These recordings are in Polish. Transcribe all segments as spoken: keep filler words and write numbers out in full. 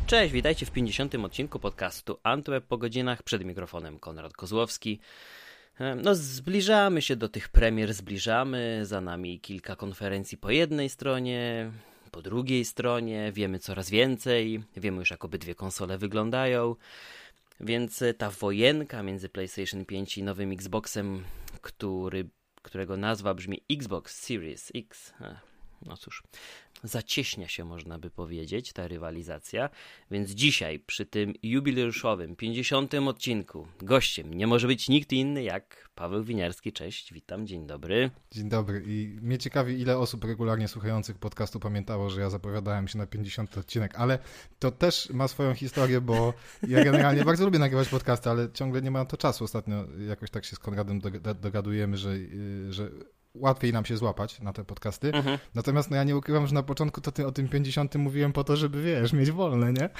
Cześć, witajcie w pięćdziesiątym odcinku podcastu Antweb po godzinach. Przed mikrofonem Konrad Kozłowski. No, zbliżamy się do tych premier, zbliżamy. Za nami kilka konferencji po jednej stronie, po drugiej stronie. Wiemy coraz więcej, wiemy już jak obydwie konsole wyglądają. Więc ta wojenka między PlayStation pięć i nowym Xboxem, który, którego nazwa brzmi Xbox Series X... No cóż, zacieśnia się, można by powiedzieć, ta rywalizacja, więc dzisiaj przy tym jubileuszowym pięćdziesiątym odcinku gościem nie może być nikt inny jak Paweł Winiarski. Cześć, witam, dzień dobry. Dzień dobry i mnie ciekawi, ile osób regularnie słuchających podcastu pamiętało, że ja zapowiadałem się na pięćdziesiąty odcinek, ale to też ma swoją historię, bo ja generalnie bardzo lubię nagrywać podcasty, ale ciągle nie mam to czasu. Ostatnio jakoś tak się z Konradem dogadujemy, że, że łatwiej nam się złapać na te podcasty. Mhm. Natomiast no ja nie ukrywam, że na początku to ty o tym pięćdziesiątym mówiłem po to, żeby, wiesz, mieć wolne, nie?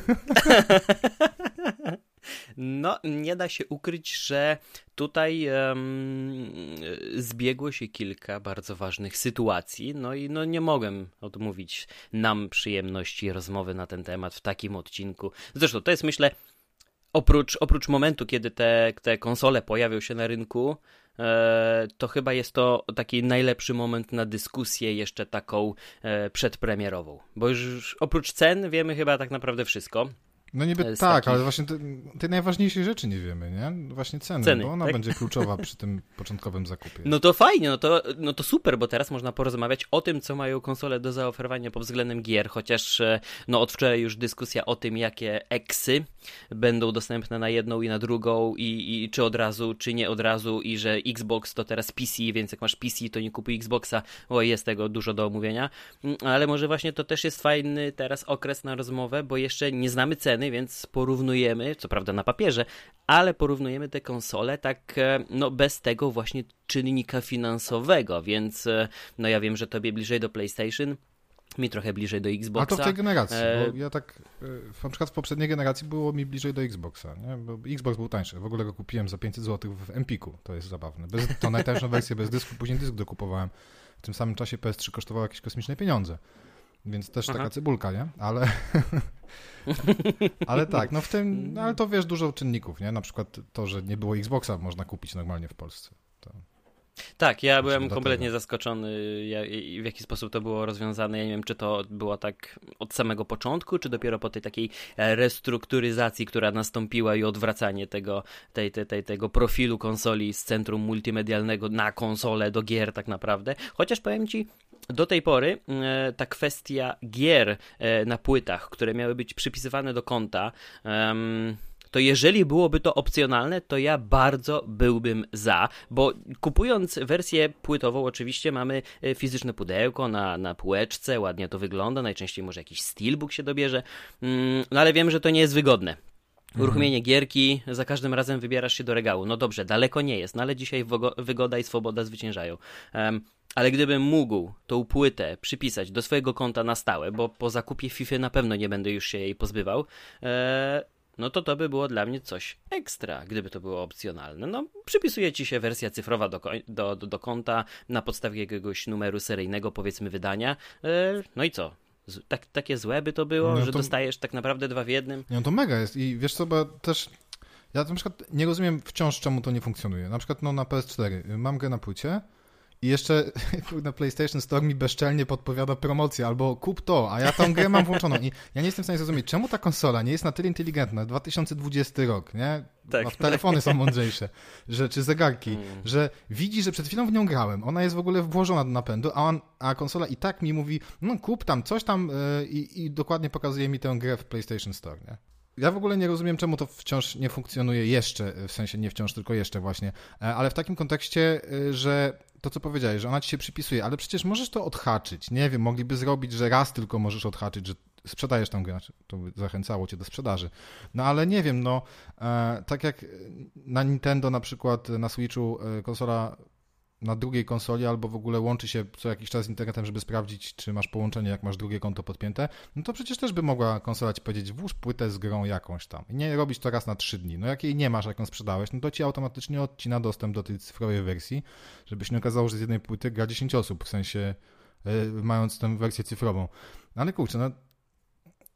No, nie da się ukryć, że tutaj um, zbiegło się kilka bardzo ważnych sytuacji, no i no nie mogłem odmówić nam przyjemności rozmowy na ten temat w takim odcinku. Zresztą to jest, myślę, oprócz, oprócz momentu, kiedy te, te konsole pojawią się na rynku, to chyba jest to taki najlepszy moment na dyskusję jeszcze taką przedpremierową, bo już oprócz cen wiemy chyba tak naprawdę wszystko. No niby tak, takich... ale właśnie te, tej najważniejszej rzeczy nie wiemy, nie? Właśnie ceny, ceny bo ona tak? będzie kluczowa przy tym początkowym zakupie. No to fajnie, no to, no to super, bo teraz można porozmawiać o tym, co mają konsole do zaoferowania pod względem gier, chociaż no od wczoraj już dyskusja o tym, jakie eksy będą dostępne na jedną i na drugą i, i czy od razu, czy nie od razu i że Xbox to teraz P C, więc jak masz P C, to nie kupuj Xboxa, bo jest tego dużo do omówienia, ale może właśnie to też jest fajny teraz okres na rozmowę, bo jeszcze nie znamy ceny, więc porównujemy, co prawda na papierze, ale porównujemy te konsole tak no bez tego właśnie czynnika finansowego, więc no ja wiem, że tobie bliżej do PlayStation, mi trochę bliżej do Xboxa. A to w tej generacji, e... bo ja tak, na przykład w poprzedniej generacji było mi bliżej do Xboxa, nie? Bo Xbox był tańszy, w ogóle go kupiłem za pięćset złotych w Empiku, to jest zabawne. Bez, to najtańszą wersję bez dysku, później dysk dokupowałem. W tym samym czasie P S trzy kosztowało jakieś kosmiczne pieniądze. Więc też Aha. taka cebulka, nie? Ale ale tak, no w tym, no ale to wiesz, dużo czynników, nie? Na przykład to, że nie było Xboxa można kupić normalnie w Polsce. To... Tak, ja byłem kompletnie tego. zaskoczony, w jaki sposób to było rozwiązane. Ja nie wiem, czy to było tak od samego początku, czy dopiero po tej takiej restrukturyzacji, która nastąpiła i odwracanie tego, tej, tej, tej, tego profilu konsoli z centrum multimedialnego na konsolę do gier tak naprawdę. Chociaż powiem ci, do tej pory e, ta kwestia gier e, na płytach, które miały być przypisywane do konta, em, to jeżeli byłoby to opcjonalne, to ja bardzo byłbym za, bo kupując wersję płytową oczywiście mamy fizyczne pudełko na, na półeczce, ładnie to wygląda, najczęściej może jakiś steelbook się dobierze, mm, no ale wiem, że to nie jest wygodne. Uruchomienie mhm. gierki, za każdym razem wybierasz się do regału. No dobrze, daleko nie jest, no ale dzisiaj wogo- wygoda i swoboda zwyciężają. Um, ale gdybym mógł tą płytę przypisać do swojego konta na stałe, bo po zakupie FIFA na pewno nie będę już się jej pozbywał, e, no to to by było dla mnie coś ekstra, gdyby to było opcjonalne. No, przypisuje ci się wersja cyfrowa do, do, do, do konta na podstawie jakiegoś numeru seryjnego, powiedzmy, wydania. E, no i co? Tak, takie złe by to było, no, że to... dostajesz tak naprawdę dwa w jednym? No to mega jest i wiesz co, bo też ja na przykład nie rozumiem wciąż, czemu to nie funkcjonuje. Na przykład no, na P S cztery mam grę na płycie i jeszcze na PlayStation Store mi bezczelnie podpowiada promocja albo kup to, a ja tą grę mam włączoną i ja nie jestem w stanie zrozumieć, czemu ta konsola nie jest na tyle inteligentna, dwa tysiące dwudziesty rok, nie? Tak. No, telefony są mądrzejsze, że, czy zegarki, mm. że widzi, że przed chwilą w nią grałem, ona jest w ogóle włożona do napędu, a, on, a konsola i tak mi mówi, no kup tam coś tam yy, i, i dokładnie pokazuje mi tę grę w PlayStation Store, nie? Ja w ogóle nie rozumiem, czemu to wciąż nie funkcjonuje jeszcze, w sensie nie wciąż, tylko jeszcze właśnie, ale w takim kontekście, że to, co powiedziałeś, że ona ci się przypisuje, ale przecież możesz to odhaczyć, nie wiem, mogliby zrobić, że raz tylko możesz odhaczyć, że sprzedajesz tą grę, to by zachęcało cię do sprzedaży. No ale nie wiem, no e, tak jak na Nintendo na przykład, na Switchu e, konsola na drugiej konsoli albo w ogóle łączy się co jakiś czas z internetem, żeby sprawdzić, czy masz połączenie, jak masz drugie konto podpięte, no to przecież też by mogła konsola ci powiedzieć, włóż płytę z grą jakąś tam. I nie robić to raz na trzy dni. No jak jej nie masz, jak ją sprzedałeś, no to ci automatycznie odcina dostęp do tej cyfrowej wersji, żeby się nie okazało, że z jednej płyty gra dziesięć osób, w sensie yy, mając tę wersję cyfrową. Ale kurczę, no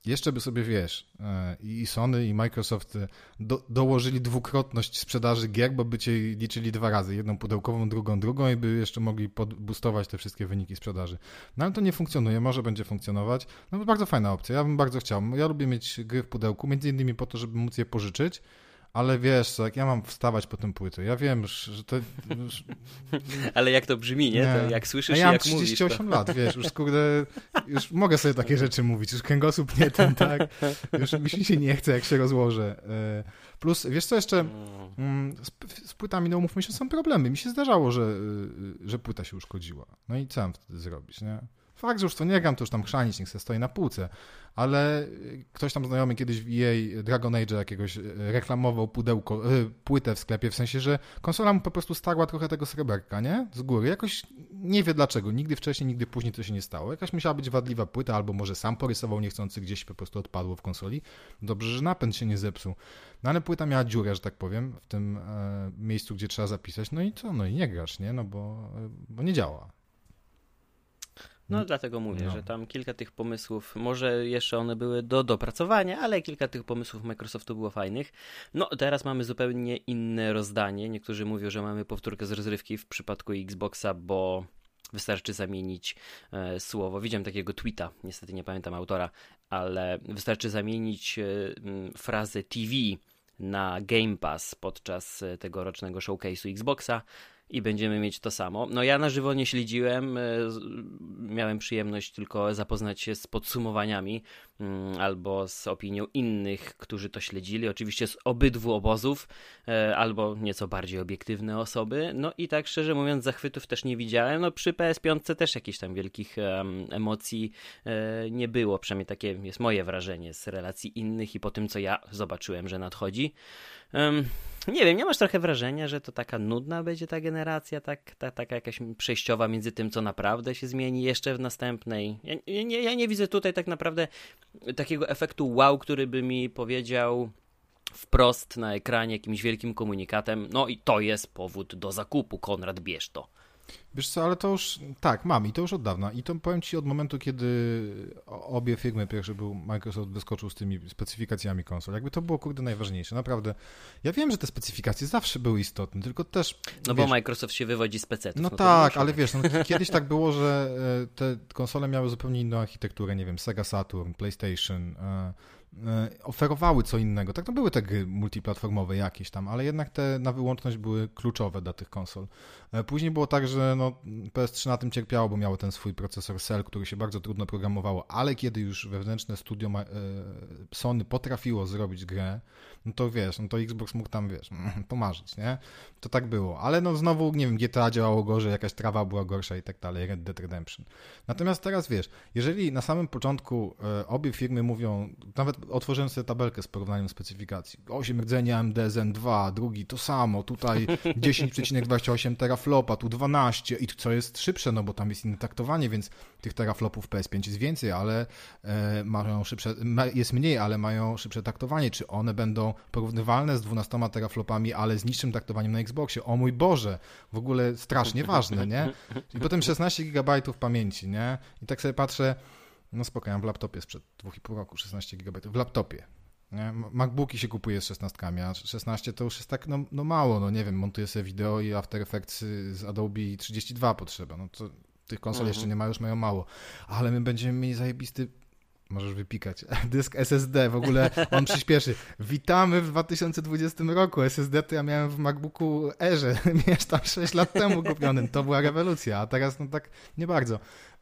jeszcze by sobie, wiesz, i Sony, i Microsoft do, dołożyli dwukrotność sprzedaży gier, bo by cię liczyli dwa razy, jedną pudełkową, drugą, drugą i by jeszcze mogli podboostować te wszystkie wyniki sprzedaży. No ale to nie funkcjonuje, może będzie funkcjonować. No to bardzo fajna opcja, ja bym bardzo chciał. Ja lubię mieć gry w pudełku, między innymi po to, żeby móc je pożyczyć. Ale wiesz, jak ja mam wstawać po tym płytę, ja wiem, że to... Już... Ale jak to brzmi, nie? nie. To jak słyszysz, ja jak mówisz. Ja mam trzydzieści osiem lat, wiesz, już kurde, już mogę sobie takie rzeczy mówić, już kręgosłup nie ten, tak, już mi się nie chce, jak się rozłożę. Plus, wiesz co jeszcze, z, z płytami, no umówmy się, są problemy. Mi się zdarzało, że, że płyta się uszkodziła. No i co mam wtedy zrobić, nie? Fakt, że już to nie gram, to już tam chrzanić, niech se stoi na półce, ale ktoś tam znajomy kiedyś w E A Dragon Age'a jakiegoś reklamował pudełko, płytę w sklepie, w sensie, że konsola mu po prostu starła trochę tego sreberka, nie? Z góry. Jakoś nie wie dlaczego. Nigdy wcześniej, nigdy później to się nie stało. Jakaś musiała być wadliwa płyta, albo może sam porysował niechcący, gdzieś po prostu odpadło w konsoli. Dobrze, że napęd się nie zepsuł. No ale płyta miała dziurę, że tak powiem, w tym e, miejscu, gdzie trzeba zapisać. No i co? No i nie grasz, nie? No bo, bo nie działa. No dlatego mówię, no. że tam kilka tych pomysłów, może jeszcze one były do dopracowania, ale kilka tych pomysłów Microsoftu było fajnych. No teraz mamy zupełnie inne rozdanie. Niektórzy mówią, że mamy powtórkę z rozrywki w przypadku Xboxa, bo wystarczy zamienić e, słowo. Widziałem takiego tweeta, niestety nie pamiętam autora, ale wystarczy zamienić e, frazę T V na Game Pass podczas tegorocznego showcase'u Xboxa i będziemy mieć to samo. No ja na żywo nie śledziłem, miałem przyjemność tylko zapoznać się z podsumowaniami albo z opinią innych, którzy to śledzili, oczywiście z obydwu obozów, albo nieco bardziej obiektywne osoby. No i tak szczerze mówiąc zachwytów też nie widziałem. No przy P S pięć też jakichś tam wielkich um, emocji e, nie było, przynajmniej takie jest moje wrażenie z relacji innych i po tym co ja zobaczyłem, że nadchodzi. Um, nie wiem, nie masz trochę wrażenia, że to taka nudna będzie ta generacja, tak, ta, taka jakaś przejściowa między tym, co naprawdę się zmieni jeszcze w następnej? Ja, ja, nie, ja nie widzę tutaj tak naprawdę takiego efektu wow, który by mi powiedział wprost na ekranie jakimś wielkim komunikatem, no i to jest powód do zakupu, Konrad, bierz to. Wiesz co, ale to już, tak, mam i to już od dawna i to powiem ci od momentu, kiedy obie firmy, pierwszy był Microsoft, wyskoczył z tymi specyfikacjami konsol, jakby to było kurde najważniejsze, naprawdę. Ja wiem, że te specyfikacje zawsze były istotne, tylko też... No wiesz, bo Microsoft się wywodzi z pecetów. No, no tak, ale wiesz, no, kiedyś tak było, że te konsole miały zupełnie inną architekturę, nie wiem, Sega Saturn, PlayStation, oferowały co innego. Tak, to były te gry multiplatformowe jakieś tam, ale jednak te na wyłączność były kluczowe dla tych konsol. Później było tak, że no, P S trzy na tym cierpiało, bo miało ten swój procesor Cell, który się bardzo trudno programowało, ale kiedy już wewnętrzne studio Sony potrafiło zrobić grę, no to wiesz, no to Xbox mógł tam, wiesz, pomarzyć, nie? To tak było. Ale no znowu, nie wiem, G T A działało gorzej, jakaś trawa była gorsza i tak dalej, Red Dead Redemption. Natomiast teraz, wiesz, jeżeli na samym początku obie firmy mówią, nawet otworzyłem sobie tabelkę z porównaniem specyfikacji. osiem rdzenia A M D Zen dwa, drugi to samo, tutaj dziesięć przecinek dwadzieścia osiem teraflopa, tu dwanaście i co jest szybsze, no bo tam jest inne taktowanie, więc tych teraflopów P S pięć jest więcej, ale e, mają szybsze, jest mniej, ale mają szybsze taktowanie. Czy one będą porównywalne z dwunastoma teraflopami, ale z niższym taktowaniem na Xboxie? O mój Boże, w ogóle strasznie ważne, nie? I potem szesnaście gigabajtów pamięci, nie? I tak sobie patrzę, no spokojnie, w laptopie sprzed dwóch i pół roku szesnaście gigabajtów, w laptopie. Nie? MacBooki się kupuje z szesnastkami, a szesnaście to już jest tak no, no mało, no nie wiem, montuję sobie wideo i After Effects z Adobe trzydzieści dwa potrzeba, no to tych konsol mhm. jeszcze nie ma, już mają mało, ale my będziemy mieli zajebisty, możesz wypikać, dysk S S D, w ogóle on przyspieszy. Witamy w dwa tysiące dwudziestym roku, S S D to ja miałem w MacBooku Airze, miałeś tam sześć lat temu kupionym, to była rewolucja, a teraz no tak nie bardzo.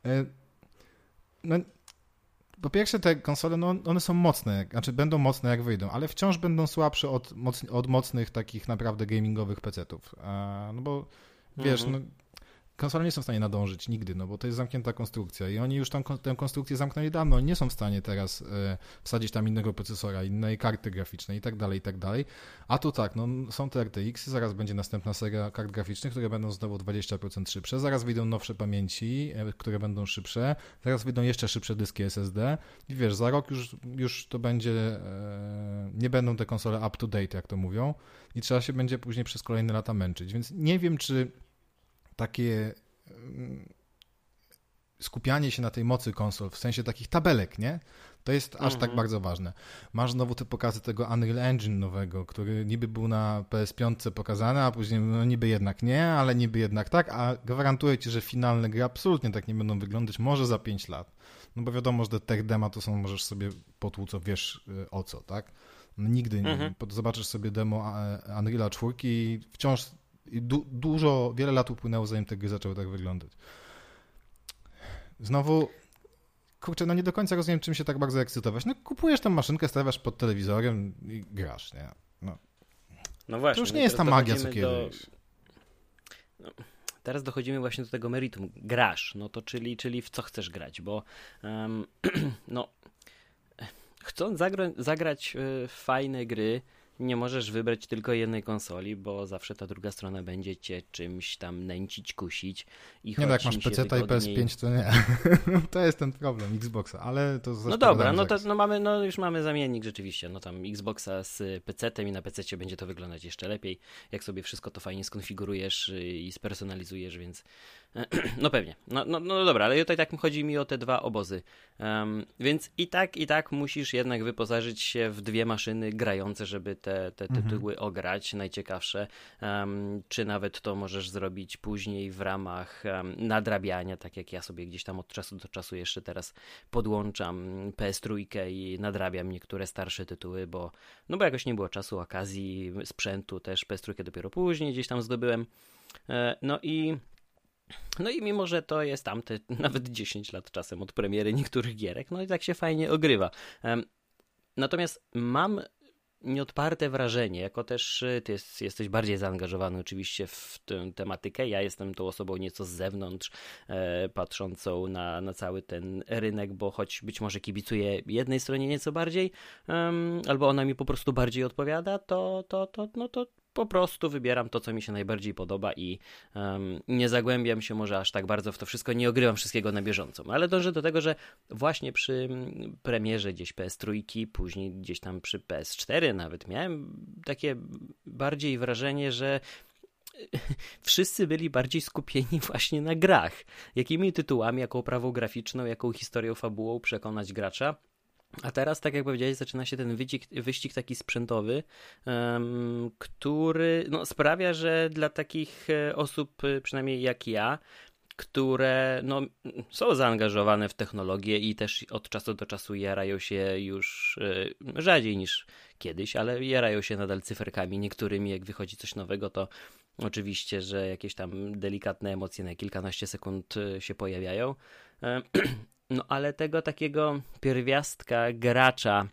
No po pierwsze te konsole, no one są mocne, znaczy będą mocne jak wyjdą, ale wciąż będą słabsze od, moc, od mocnych takich naprawdę gamingowych pecetów. No bo wiesz, mhm. no konsole nie są w stanie nadążyć nigdy, no bo to jest zamknięta konstrukcja i oni już tam tę konstrukcję zamknęli dawno, oni nie są w stanie teraz e, wsadzić tam innego procesora, innej karty graficznej i tak dalej, i tak dalej. A tu tak, no są te R T X, zaraz będzie następna seria kart graficznych, które będą znowu dwadzieścia procent szybsze, zaraz wyjdą nowsze pamięci, e, które będą szybsze, zaraz wyjdą jeszcze szybsze dyski S S D i wiesz, za rok już, już to będzie, e, nie będą te konsole up to date, jak to mówią i trzeba się będzie później przez kolejne lata męczyć, więc nie wiem, czy takie skupianie się na tej mocy konsol, w sensie takich tabelek, nie? To jest aż mm-hmm. tak bardzo ważne. Masz znowu te pokazy tego Unreal Engine nowego, który niby był na P S pięć pokazany, a później no niby jednak nie, ale niby jednak tak, a gwarantuję ci, że finalne gry absolutnie tak nie będą wyglądać, może za pięć lat. No bo wiadomo, że te tech dema to są, możesz sobie potłuc, wiesz o co, tak? No nigdy nie. Mm-hmm. Zobaczysz sobie demo Unreala cztery i wciąż du- dużo, wiele lat upłynęło, zanim te gry zaczęły tak wyglądać. Znowu, kurczę, no nie do końca rozumiem, czym się tak bardzo ekscytować. No kupujesz tam maszynkę, stawiasz pod telewizorem i grasz, nie? No, no właśnie. To już nie jest ta magia, co kiedyś. Do... No, teraz dochodzimy właśnie do tego meritum. Grasz, no to czyli, czyli w co chcesz grać, bo um, no chcąc zagra- zagrać y, fajne gry, nie możesz wybrać tylko jednej konsoli, bo zawsze ta druga strona będzie cię czymś tam nęcić, kusić. I nie, no jak masz P C i P S pięć, to nie. To jest ten problem Xboxa, ale to... No dobra, no to no mamy, no już mamy zamiennik rzeczywiście, no tam Xboxa z pecetem i na pececie będzie to wyglądać jeszcze lepiej, jak sobie wszystko to fajnie skonfigurujesz i spersonalizujesz, więc no pewnie. No, no, no dobra, ale tutaj tak chodzi mi o te dwa obozy. Um, więc i tak, i tak musisz jednak wyposażyć się w dwie maszyny grające, żeby te, te tytuły mhm. ograć, najciekawsze. Um, czy nawet to możesz zrobić później w ramach um, nadrabiania, tak jak ja sobie gdzieś tam od czasu do czasu jeszcze teraz podłączam P S trzy i nadrabiam niektóre starsze tytuły, bo no bo jakoś nie było czasu, okazji, sprzętu też. P S trzy dopiero później gdzieś tam zdobyłem. E, no i No i mimo, że to jest tamte nawet dziesięć lat czasem od premiery niektórych gierek, no i tak się fajnie ogrywa. Natomiast mam nieodparte wrażenie, jako też ty jest, jesteś bardziej zaangażowany oczywiście w tę tematykę, ja jestem tą osobą nieco z zewnątrz, e, patrzącą na, na cały ten rynek, bo choć być może kibicuję jednej stronie nieco bardziej, um, albo ona mi po prostu bardziej odpowiada, to, to, to, no to po prostu wybieram to, co mi się najbardziej podoba i um, nie zagłębiam się może aż tak bardzo w to wszystko, nie ogrywam wszystkiego na bieżąco, ale dążę do tego, że właśnie przy premierze gdzieś P S trzy, później gdzieś tam przy P S cztery nawet miałem takie bardziej wrażenie, że wszyscy byli bardziej skupieni właśnie na grach. Jakimi tytułami, jaką oprawą graficzną, jaką historią, fabułą przekonać gracza. A teraz, tak jak powiedziałeś, zaczyna się ten wyścig, wyścig taki sprzętowy, um, który no, sprawia, że dla takich osób, przynajmniej jak ja, które no, są zaangażowane w technologię i też od czasu do czasu jarają się już y, rzadziej niż kiedyś, ale jarają się nadal cyferkami niektórymi, jak wychodzi coś nowego, to oczywiście, że jakieś tam delikatne emocje na kilkanaście sekund się pojawiają. No ale tego takiego pierwiastka gracza,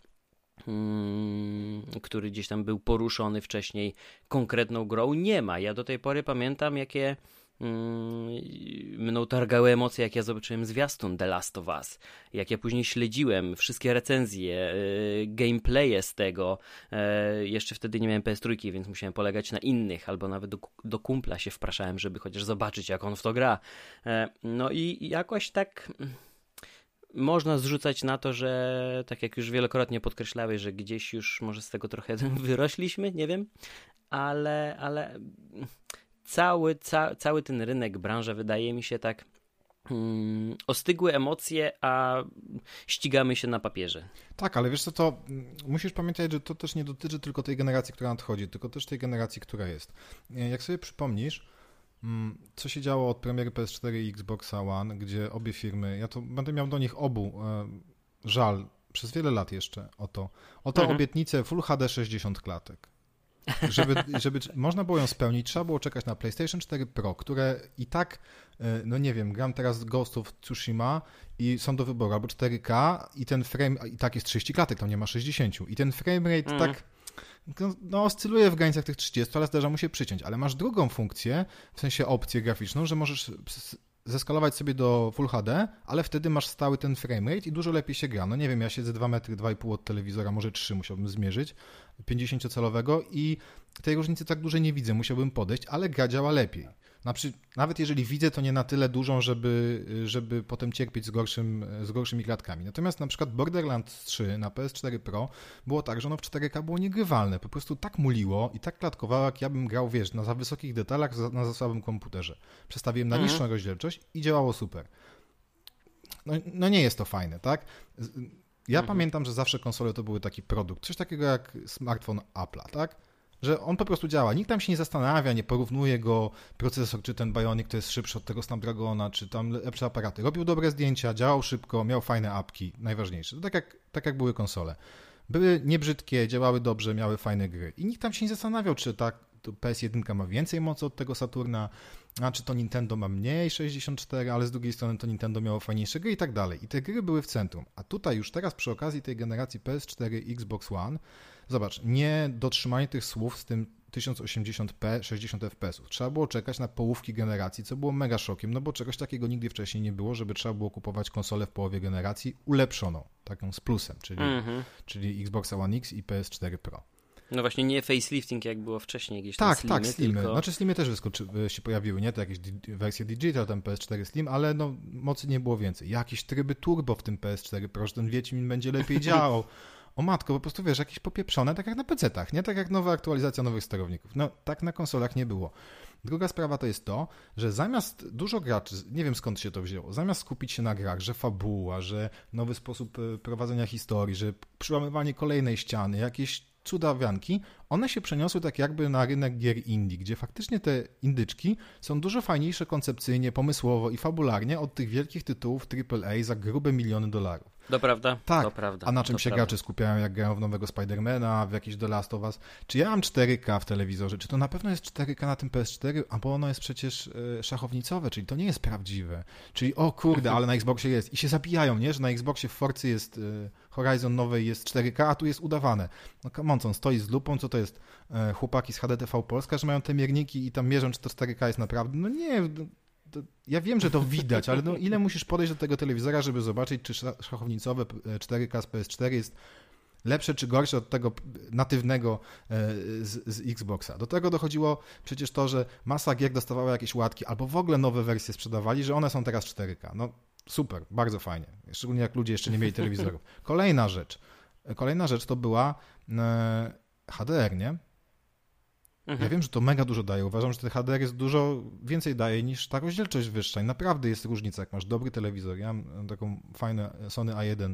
hmm, który gdzieś tam był poruszony wcześniej konkretną grą, nie ma. Ja do tej pory pamiętam, jakie hmm, mną targały emocje, jak ja zobaczyłem zwiastun The Last of Us, jak ja później śledziłem wszystkie recenzje, y, gameplaye z tego. Y, jeszcze wtedy nie miałem P S trzy, więc musiałem polegać na innych, albo nawet do, do kumpla się wpraszałem, żeby chociaż zobaczyć, jak on w to gra. Y, no i jakoś tak... Można zrzucać na to, że tak jak już wielokrotnie podkreślałeś, że gdzieś już może z tego trochę wyrośliśmy, nie wiem, ale, ale cały, ca, cały ten rynek, branża wydaje mi się tak hmm, ostygłe emocje, a ścigamy się na papierze. Tak, ale wiesz co, to musisz pamiętać, że to też nie dotyczy tylko tej generacji, która nadchodzi, tylko też tej generacji, która jest. Jak sobie przypomnisz, co się działo od premiery P S cztery i Xboxa One, gdzie obie firmy, ja to będę miał do nich obu e, żal przez wiele lat jeszcze o to, o tę mhm. obietnicę Full H D sześćdziesiąt klatek. Żeby, żeby można było ją spełnić, trzeba było czekać na PlayStation cztery Pro, które i tak, e, no nie wiem, gram teraz Ghost of Tsushima i są do wyboru albo cztery K i ten frame, i tak jest trzydzieści klatek, tam nie ma sześćdziesiąt i ten frame rate mhm. tak... No, oscyluje w granicach tych trzydziestu, ale zdarza mu się przyciąć. Ale masz drugą funkcję, w sensie opcję graficzną, że możesz zeskalować sobie do Full H D, ale wtedy masz stały ten framerate i dużo lepiej się gra. No nie wiem, ja siedzę dwa metry, dwa i pół od telewizora, może trzy musiałbym zmierzyć, pięćdziesięciocalowego i tej różnicy tak dużej nie widzę, musiałbym podejść, ale gra działa lepiej. Nawet jeżeli widzę, to nie na tyle dużą, żeby, żeby potem cierpieć z, gorszym, z gorszymi klatkami. Natomiast na przykład Borderlands trzy na P S cztery Pro było tak, że ono w cztery K było niegrywalne. Po prostu tak muliło i tak klatkowało, jak ja bym grał, wiesz, na za wysokich detalach na za słabym komputerze. Przestawiłem na niższą mhm. rozdzielczość i działało super. no, no nie jest to fajne, tak? Ja mhm. pamiętam, że zawsze konsole to były taki produkt, coś takiego jak smartfon Apple'a, tak? Że on po prostu działa. Nikt tam się nie zastanawia, nie porównuje go procesor, czy ten Bionic to jest szybszy od tego Snapdragona, czy tam lepsze aparaty. Robił dobre zdjęcia, działał szybko, miał fajne apki, najważniejsze. To tak jak, tak jak były konsole. Były niebrzydkie, działały dobrze, miały fajne gry. I nikt tam się nie zastanawiał, czy tak P S jeden ma więcej mocy od tego Saturna, a czy to Nintendo ma mniej sześćdziesiąt cztery, ale z drugiej strony to Nintendo miało fajniejsze gry i tak dalej. I te gry były w centrum. A tutaj już teraz przy okazji tej generacji P S cztery, Xbox One, zobacz, nie dotrzymanie tych słów z tym tysiąc osiemdziesiąt p, sześćdziesiąt ef pe esów. Trzeba było czekać na połówki generacji, co było mega szokiem, no bo czegoś takiego nigdy wcześniej nie było, żeby trzeba było kupować konsolę w połowie generacji ulepszoną, taką z plusem, czyli, mm-hmm. czyli Xbox One X i P S cztery Pro. No właśnie nie facelifting jak było wcześniej, gdzieś tak, tam slimy, tak, slimy. tylko... Znaczy slimy też wyskoczy, się pojawiły, nie? To jakieś di- wersje digital, tam P S cztery Slim, ale no mocy nie było więcej. Jakieś tryby turbo w tym P S cztery Pro, że ten Wiedźmin będzie lepiej działał. O matko, po prostu wiesz, jakieś popieprzone, tak jak na pecetach, nie? Tak jak nowa aktualizacja nowych sterowników. No tak na konsolach nie było. Druga sprawa to jest to, że zamiast dużo graczy, nie wiem skąd się to wzięło, zamiast skupić się na grach, że fabuła, że nowy sposób prowadzenia historii, że przełamywanie kolejnej ściany, jakieś cudawianki, one się przeniosły tak jakby na rynek gier indie, gdzie faktycznie te indyczki są dużo fajniejsze koncepcyjnie, pomysłowo i fabularnie od tych wielkich tytułów triple A za grube miliony dolarów. To prawda, tak. to prawda. A na czym to się prawda. gracze skupiają, jak grają w nowego Spidermana, w jakiś The Last of Us? Czy ja mam cztery K w telewizorze? Czy to na pewno jest cztery K na tym P S cztery? A bo ono jest przecież y, szachownicowe, czyli to nie jest prawdziwe. Czyli o kurde, ale na Xboxie jest. I się zabijają, nie? Że na Xboxie w Forcy jest y, Horizon nowej jest cztery K, a tu jest udawane. No come on, co on stoi z lupą, co to jest? Y, chłopaki z H D T V Polska, że mają te mierniki i tam mierzą, czy to cztery K jest naprawdę? No nie, to, ja wiem, że to widać, ale no ile musisz podejść do tego telewizora, żeby zobaczyć, czy szachownicowe cztery K z P S cztery jest lepsze czy gorsze od tego natywnego z, z Xboxa. Do tego dochodziło przecież to, że masa gier dostawała jakieś łatki, albo w ogóle nowe wersje sprzedawali, że one są teraz cztery K. No super, bardzo fajnie. Szczególnie jak ludzie jeszcze nie mieli telewizorów. Kolejna rzecz. Kolejna rzecz to była H D R, nie? Ja wiem, że to mega dużo daje. Uważam, że ten H D R jest dużo więcej daje niż ta rozdzielczość wyższa i naprawdę jest różnica, jak masz dobry telewizor. Ja mam taką fajną Sony A jeden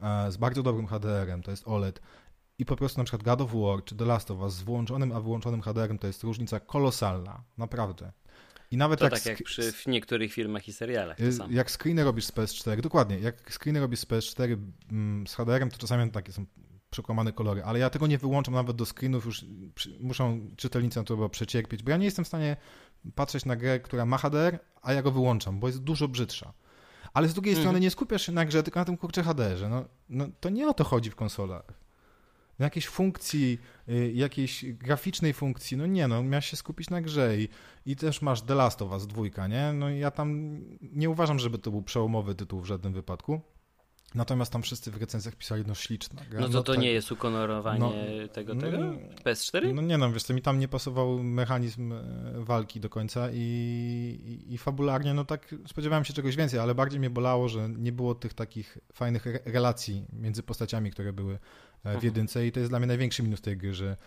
z bardzo dobrym H D R-em, to jest O L E D i po prostu na przykład God of War czy The Last of Us z włączonym a wyłączonym H D R-em to jest różnica kolosalna, naprawdę. I nawet to jak tak jak przy w niektórych filmach i serialach. Jak screeny robisz z P S cztery, dokładnie, jak screeny robisz z P S cztery z H D R-em, to czasami takie są przekłamane kolory, ale ja tego nie wyłączam nawet do screenów, już muszą czytelnicy na to przecierpieć, bo ja nie jestem w stanie patrzeć na grę, która ma H D R, a ja go wyłączam, bo jest dużo brzydsza. Ale z drugiej mm. strony nie skupiasz się na grze, tylko na tym kurczę H D R-ze. No, no, to nie o to chodzi w konsolach. Na jakiejś funkcji, y, jakiejś graficznej funkcji, no nie no, miałeś się skupić na grze i, i też masz The Last of Us dwójka, nie? No ja tam nie uważam, żeby to był przełomowy tytuł w żadnym wypadku. Natomiast tam wszyscy w recenzjach pisali, no śliczna gra. No to no, to tak. nie jest ukolorowanie no, tego, tego? No, P S cztery? No nie no, wiesz co, mi tam nie pasował mechanizm walki do końca i, i, i fabularnie, no tak spodziewałem się czegoś więcej, ale bardziej mnie bolało, że nie było tych takich fajnych re- relacji między postaciami, które były w jedynce i to jest dla mnie największy minus tej gry, że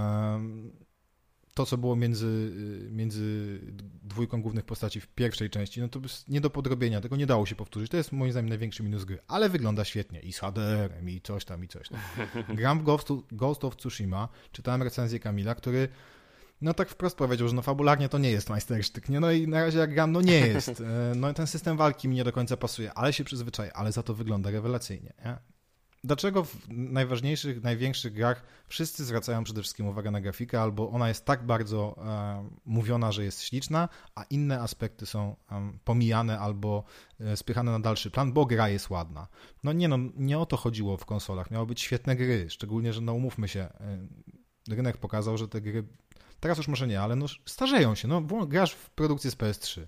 um, to, co było między, między dwójką głównych postaci w pierwszej części, no to jest nie do podrobienia, tego nie dało się powtórzyć. To jest moim zdaniem największy minus gry, ale wygląda świetnie i z H D R-em i coś tam i coś tam. Gram w Ghost, Ghost of Tsushima, czytałem recenzję Kamila, który no tak wprost powiedział, że no fabularnie to nie jest majstersztyk, nie? No i na razie jak gram, no nie jest. No ten system walki mi nie do końca pasuje, ale się przyzwyczaję, ale za to wygląda rewelacyjnie, nie? Dlaczego w najważniejszych, największych grach wszyscy zwracają przede wszystkim uwagę na grafikę, albo ona jest tak bardzo e, mówiona, że jest śliczna, a inne aspekty są um, pomijane albo e, spychane na dalszy plan, bo gra jest ładna. No nie no, nie o to chodziło w konsolach. Miały być świetne gry, szczególnie, że no umówmy się, e, rynek pokazał, że te gry, teraz już może nie, ale no starzeją się. No grasz w produkcję z P S trzy.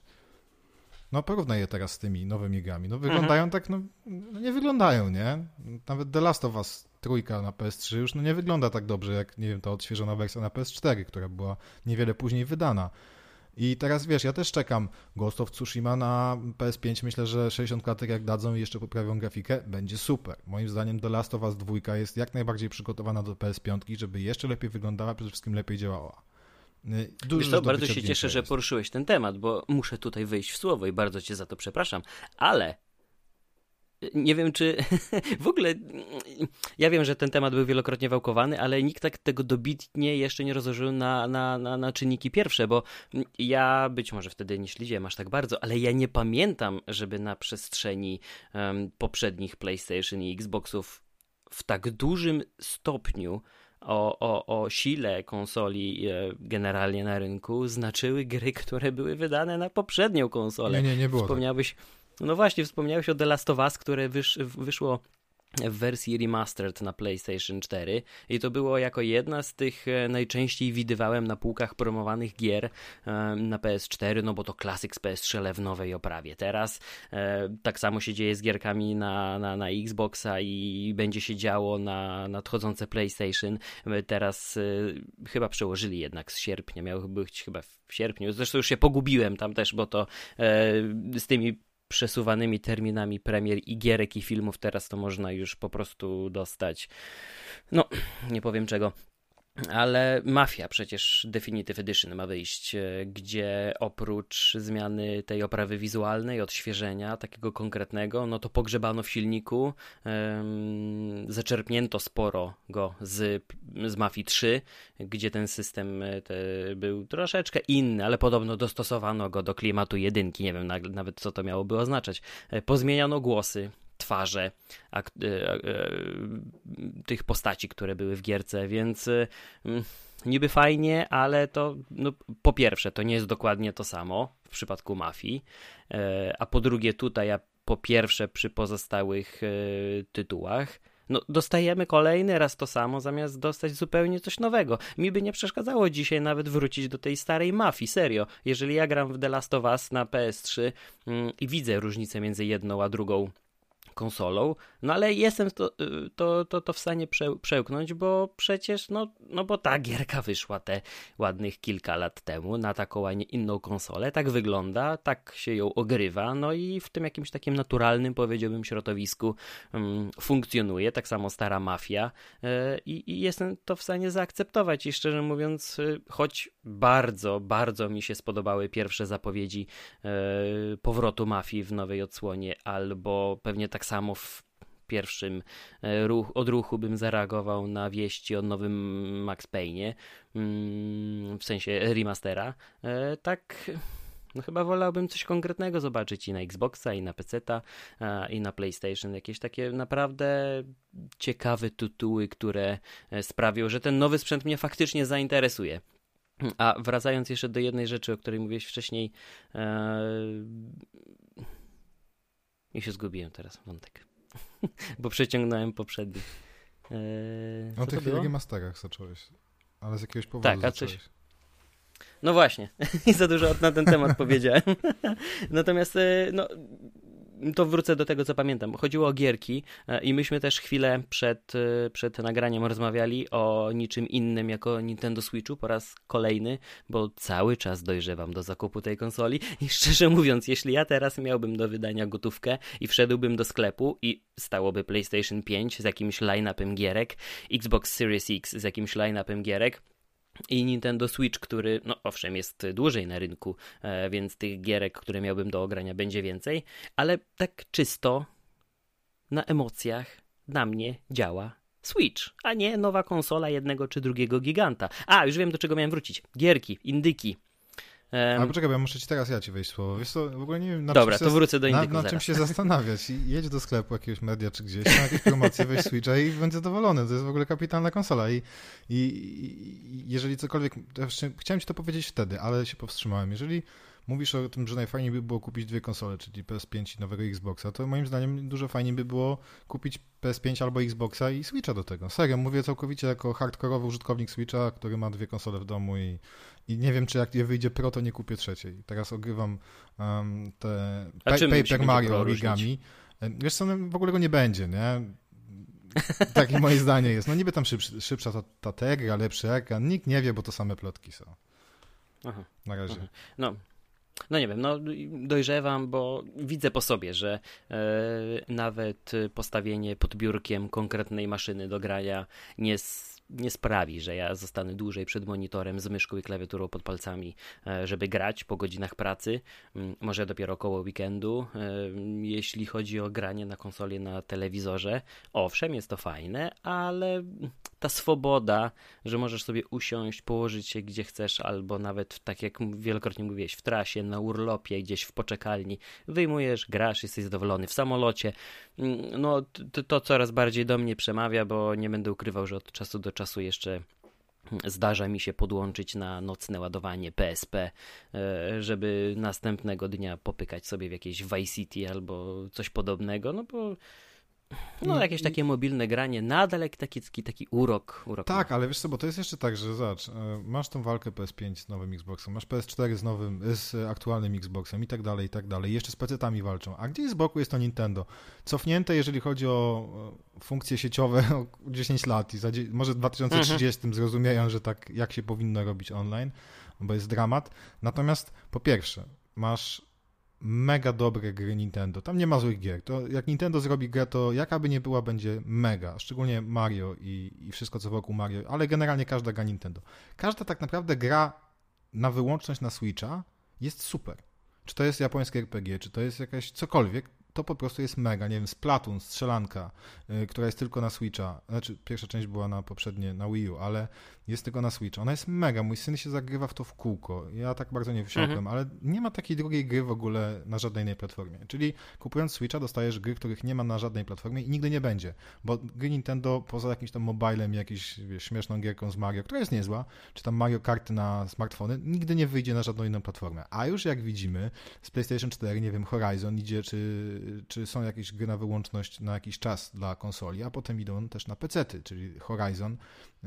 No porównaj je teraz z tymi nowymi grami. No wyglądają mhm. tak, no, no nie wyglądają, nie? Nawet The Last of Us trójka na P S trzy już no nie wygląda tak dobrze, jak nie wiem, ta odświeżona wersja na P S cztery, która była niewiele później wydana. I teraz wiesz, ja też czekam Ghost of Tsushima na P S pięć, myślę, że sześćdziesiąt klatek jak dadzą i jeszcze poprawią grafikę, będzie super. Moim zdaniem The Last of Us dwa jest jak najbardziej przygotowana do P S pięć, żeby jeszcze lepiej wyglądała, przede wszystkim lepiej działała. Dużo Wiesz co, bardzo się cieszę, jest. że poruszyłeś ten temat, bo muszę tutaj wyjść w słowo i bardzo cię za to przepraszam, ale nie wiem, czy w ogóle, ja wiem, że ten temat był wielokrotnie wałkowany, ale nikt tak tego dobitnie jeszcze nie rozłożył na, na, na, na czynniki pierwsze, bo ja być może wtedy nie śledziłem aż tak bardzo, ale ja nie pamiętam, żeby na przestrzeni um, poprzednich PlayStation i Xboxów w tak dużym stopniu O, o, o sile konsoli generalnie na rynku znaczyły gry, które były wydane na poprzednią konsolę. Nie, nie, nie było Wspomniałeś, tak. No właśnie, wspomniałeś o The Last of Us, które wysz, wyszło w wersji remastered na PlayStation cztery i to było jako jedna z tych najczęściej widywałem na półkach promowanych gier na P S cztery, no bo to klasyk z P S trzy, ale w nowej oprawie. Teraz e, tak samo się dzieje z gierkami na, na, na Xboxa i będzie się działo na nadchodzące PlayStation. Teraz e, chyba przełożyli jednak z sierpnia, miało być chyba w sierpniu, zresztą już się pogubiłem tam też, bo to e, z tymi przesuwanymi terminami premier i gierek i filmów teraz to można już po prostu dostać, no nie powiem czego, ale Mafia przecież Definitive Edition ma wyjść, gdzie oprócz zmiany tej oprawy wizualnej, odświeżenia takiego konkretnego, no to pogrzebano w silniku, um, zaczerpnięto sporo go z, z Mafii trzy, gdzie ten system te był troszeczkę inny, ale podobno dostosowano go do klimatu jedynki, nie wiem na, nawet co to miałoby oznaczać. Pozmieniano głosy, twarze ak- e, e, tych postaci, które były w gierce, więc e, niby fajnie, ale to no, po pierwsze to nie jest dokładnie to samo w przypadku Mafii, e, a po drugie tutaj, a po pierwsze przy pozostałych e, tytułach no, dostajemy kolejny raz to samo, zamiast dostać zupełnie coś nowego. Mi by nie przeszkadzało dzisiaj nawet wrócić do tej starej Mafii, serio. Jeżeli ja gram w The Last of Us na P S trzy mm, i widzę różnicę między jedną a drugą konsolą, no ale jestem to, to, to, to w stanie prze, przełknąć, bo przecież, no, no bo ta gierka wyszła te ładnych kilka lat temu na taką, a nie inną konsolę, tak wygląda, tak się ją ogrywa, no i w tym jakimś takim naturalnym, powiedziałbym, środowisku um, funkcjonuje, tak samo stara Mafia yy, i jestem to w stanie zaakceptować i szczerze mówiąc, yy, choć bardzo, bardzo mi się spodobały pierwsze zapowiedzi yy, powrotu Mafii w nowej odsłonie, albo pewnie tak samo w pierwszym ruch, odruchu bym zareagował na wieści o nowym Max Payne'ie, w sensie remastera, tak no chyba wolałbym coś konkretnego zobaczyć i na Xboxa, i na peceta, i na PlayStation, jakieś takie naprawdę ciekawe tytuły, które sprawią, że ten nowy sprzęt mnie faktycznie zainteresuje. A wracając jeszcze do jednej rzeczy, o której mówiłeś wcześniej, i się zgubiłem teraz wątek, bo przeciągnąłem poprzedni. Eee, o tych remasterach zacząłeś, ale z jakiegoś powodu tak, a zacząłeś. Coś... No właśnie, i za dużo na ten temat powiedziałem. Natomiast no, to wrócę do tego, co pamiętam. Chodziło o gierki i myśmy też chwilę przed, przed nagraniem rozmawiali o niczym innym jako Nintendo Switchu po raz kolejny, bo cały czas dojrzewam do zakupu tej konsoli i szczerze mówiąc, jeśli ja teraz miałbym do wydania gotówkę i wszedłbym do sklepu i stałoby PlayStation pięć z jakimś line-upem gierek, Xbox Series X z jakimś line-upem gierek, i Nintendo Switch, który, no owszem, jest dłużej na rynku, e, więc tych gierek, które miałbym do ogrania, będzie więcej, ale tak czysto na emocjach na mnie działa Switch, a nie nowa konsola jednego czy drugiego giganta. A, już wiem, do czego miałem wrócić. Gierki, indyki. Um, Ale poczekaj, bo ja muszę ci teraz ja ci wejść słowo. Wiesz co, w ogóle nie wiem, na dobra, czym to wrócę do indyków Na, na czym się zastanawiać. I jedź do sklepu jakiegoś media czy gdzieś, na jakieś promocje, weź Switcha i będę zadowolony. To jest w ogóle kapitalna konsola. I, i, i jeżeli cokolwiek... Chciałem ci to powiedzieć wtedy, ale się powstrzymałem. Jeżeli mówisz o tym, że najfajniej by było kupić dwie konsole, czyli P S pięć i nowego Xboxa, to moim zdaniem dużo fajniej by było kupić P S pięć albo Xboxa i Switcha do tego. Serio, mówię całkowicie jako hardkorowy użytkownik Switcha, który ma dwie konsole w domu i, i nie wiem, czy jak je wyjdzie Pro, to nie kupię trzeciej. Teraz ogrywam um, te pa- Paper Mario Origami. Wiesz co, no, w ogóle go nie będzie, nie? Takie moje zdanie jest. No niby tam szybsza, szybsza ta, ta tegra, lepszy ekran. Nikt nie wie, bo to same plotki są. Aha, na razie. Aha. No. No nie wiem, no dojrzewam, bo widzę po sobie, że e, nawet postawienie pod biurkiem konkretnej maszyny do grania nie, nie sprawi, że ja zostanę dłużej przed monitorem z myszką i klawiaturą pod palcami, żeby grać po godzinach pracy, może dopiero około weekendu. Jeśli chodzi o granie na konsoli, na telewizorze, owszem, jest to fajne, ale ta swoboda, że możesz sobie usiąść, położyć się gdzie chcesz, albo nawet, tak jak wielokrotnie mówiłeś, w trasie, na urlopie, gdzieś w poczekalni, wyjmujesz, grasz, jesteś zadowolony, w samolocie, no to, to coraz bardziej do mnie przemawia, bo nie będę ukrywał, że od czasu do czasu jeszcze zdarza mi się podłączyć na nocne ładowanie P S P, żeby następnego dnia popykać sobie w jakieś Vice City albo coś podobnego, no bo no jakieś takie mobilne granie, nadal jak taki, taki, taki urok, urok. Tak, ale wiesz co, bo to jest jeszcze tak, że zobacz, masz tą walkę P S pięć z nowym Xboxem, masz P S cztery z nowym, z aktualnym Xboxem i tak dalej, i tak dalej. Jeszcze z pecetami walczą. A gdzieś z boku jest to Nintendo. Cofnięte, jeżeli chodzi o funkcje sieciowe, o dziesięć lat i za, może w dwa tysiące trzydziestym mhm. zrozumieją, że tak jak się powinno robić online, bo jest dramat. Natomiast po pierwsze, masz mega dobre gry Nintendo. Tam nie ma złych gier. To jak Nintendo zrobi grę, to jaka by nie była, będzie mega. Szczególnie Mario i, i wszystko, co wokół Mario, ale generalnie każda gra Nintendo. Każda tak naprawdę gra na wyłączność na Switcha jest super. Czy to jest japońskie R P G, czy to jest jakaś cokolwiek, to po prostu jest mega. Nie wiem, Splatoon, strzelanka, yy, która jest tylko na Switcha. Znaczy, pierwsza część była na poprzednie, na Wii U, ale jest tylko na Switcha. Ona jest mega. Mój syn się zagrywa w to w kółko. Ja tak bardzo nie wsiąkłem, mhm. ale nie ma takiej drugiej gry w ogóle na żadnej innej platformie. Czyli kupując Switcha dostajesz gry, których nie ma na żadnej platformie i nigdy nie będzie. Bo gry Nintendo poza jakimś tam mobilem, jakąś wiesz, śmieszną gierką z Mario, która jest niezła, czy tam Mario Karty na smartfony, nigdy nie wyjdzie na żadną inną platformę. A już jak widzimy, z PlayStation cztery, nie wiem, Horizon idzie, czy czy są jakieś gry na wyłączność na jakiś czas dla konsoli, a potem idą też na pecety, czyli Horizon,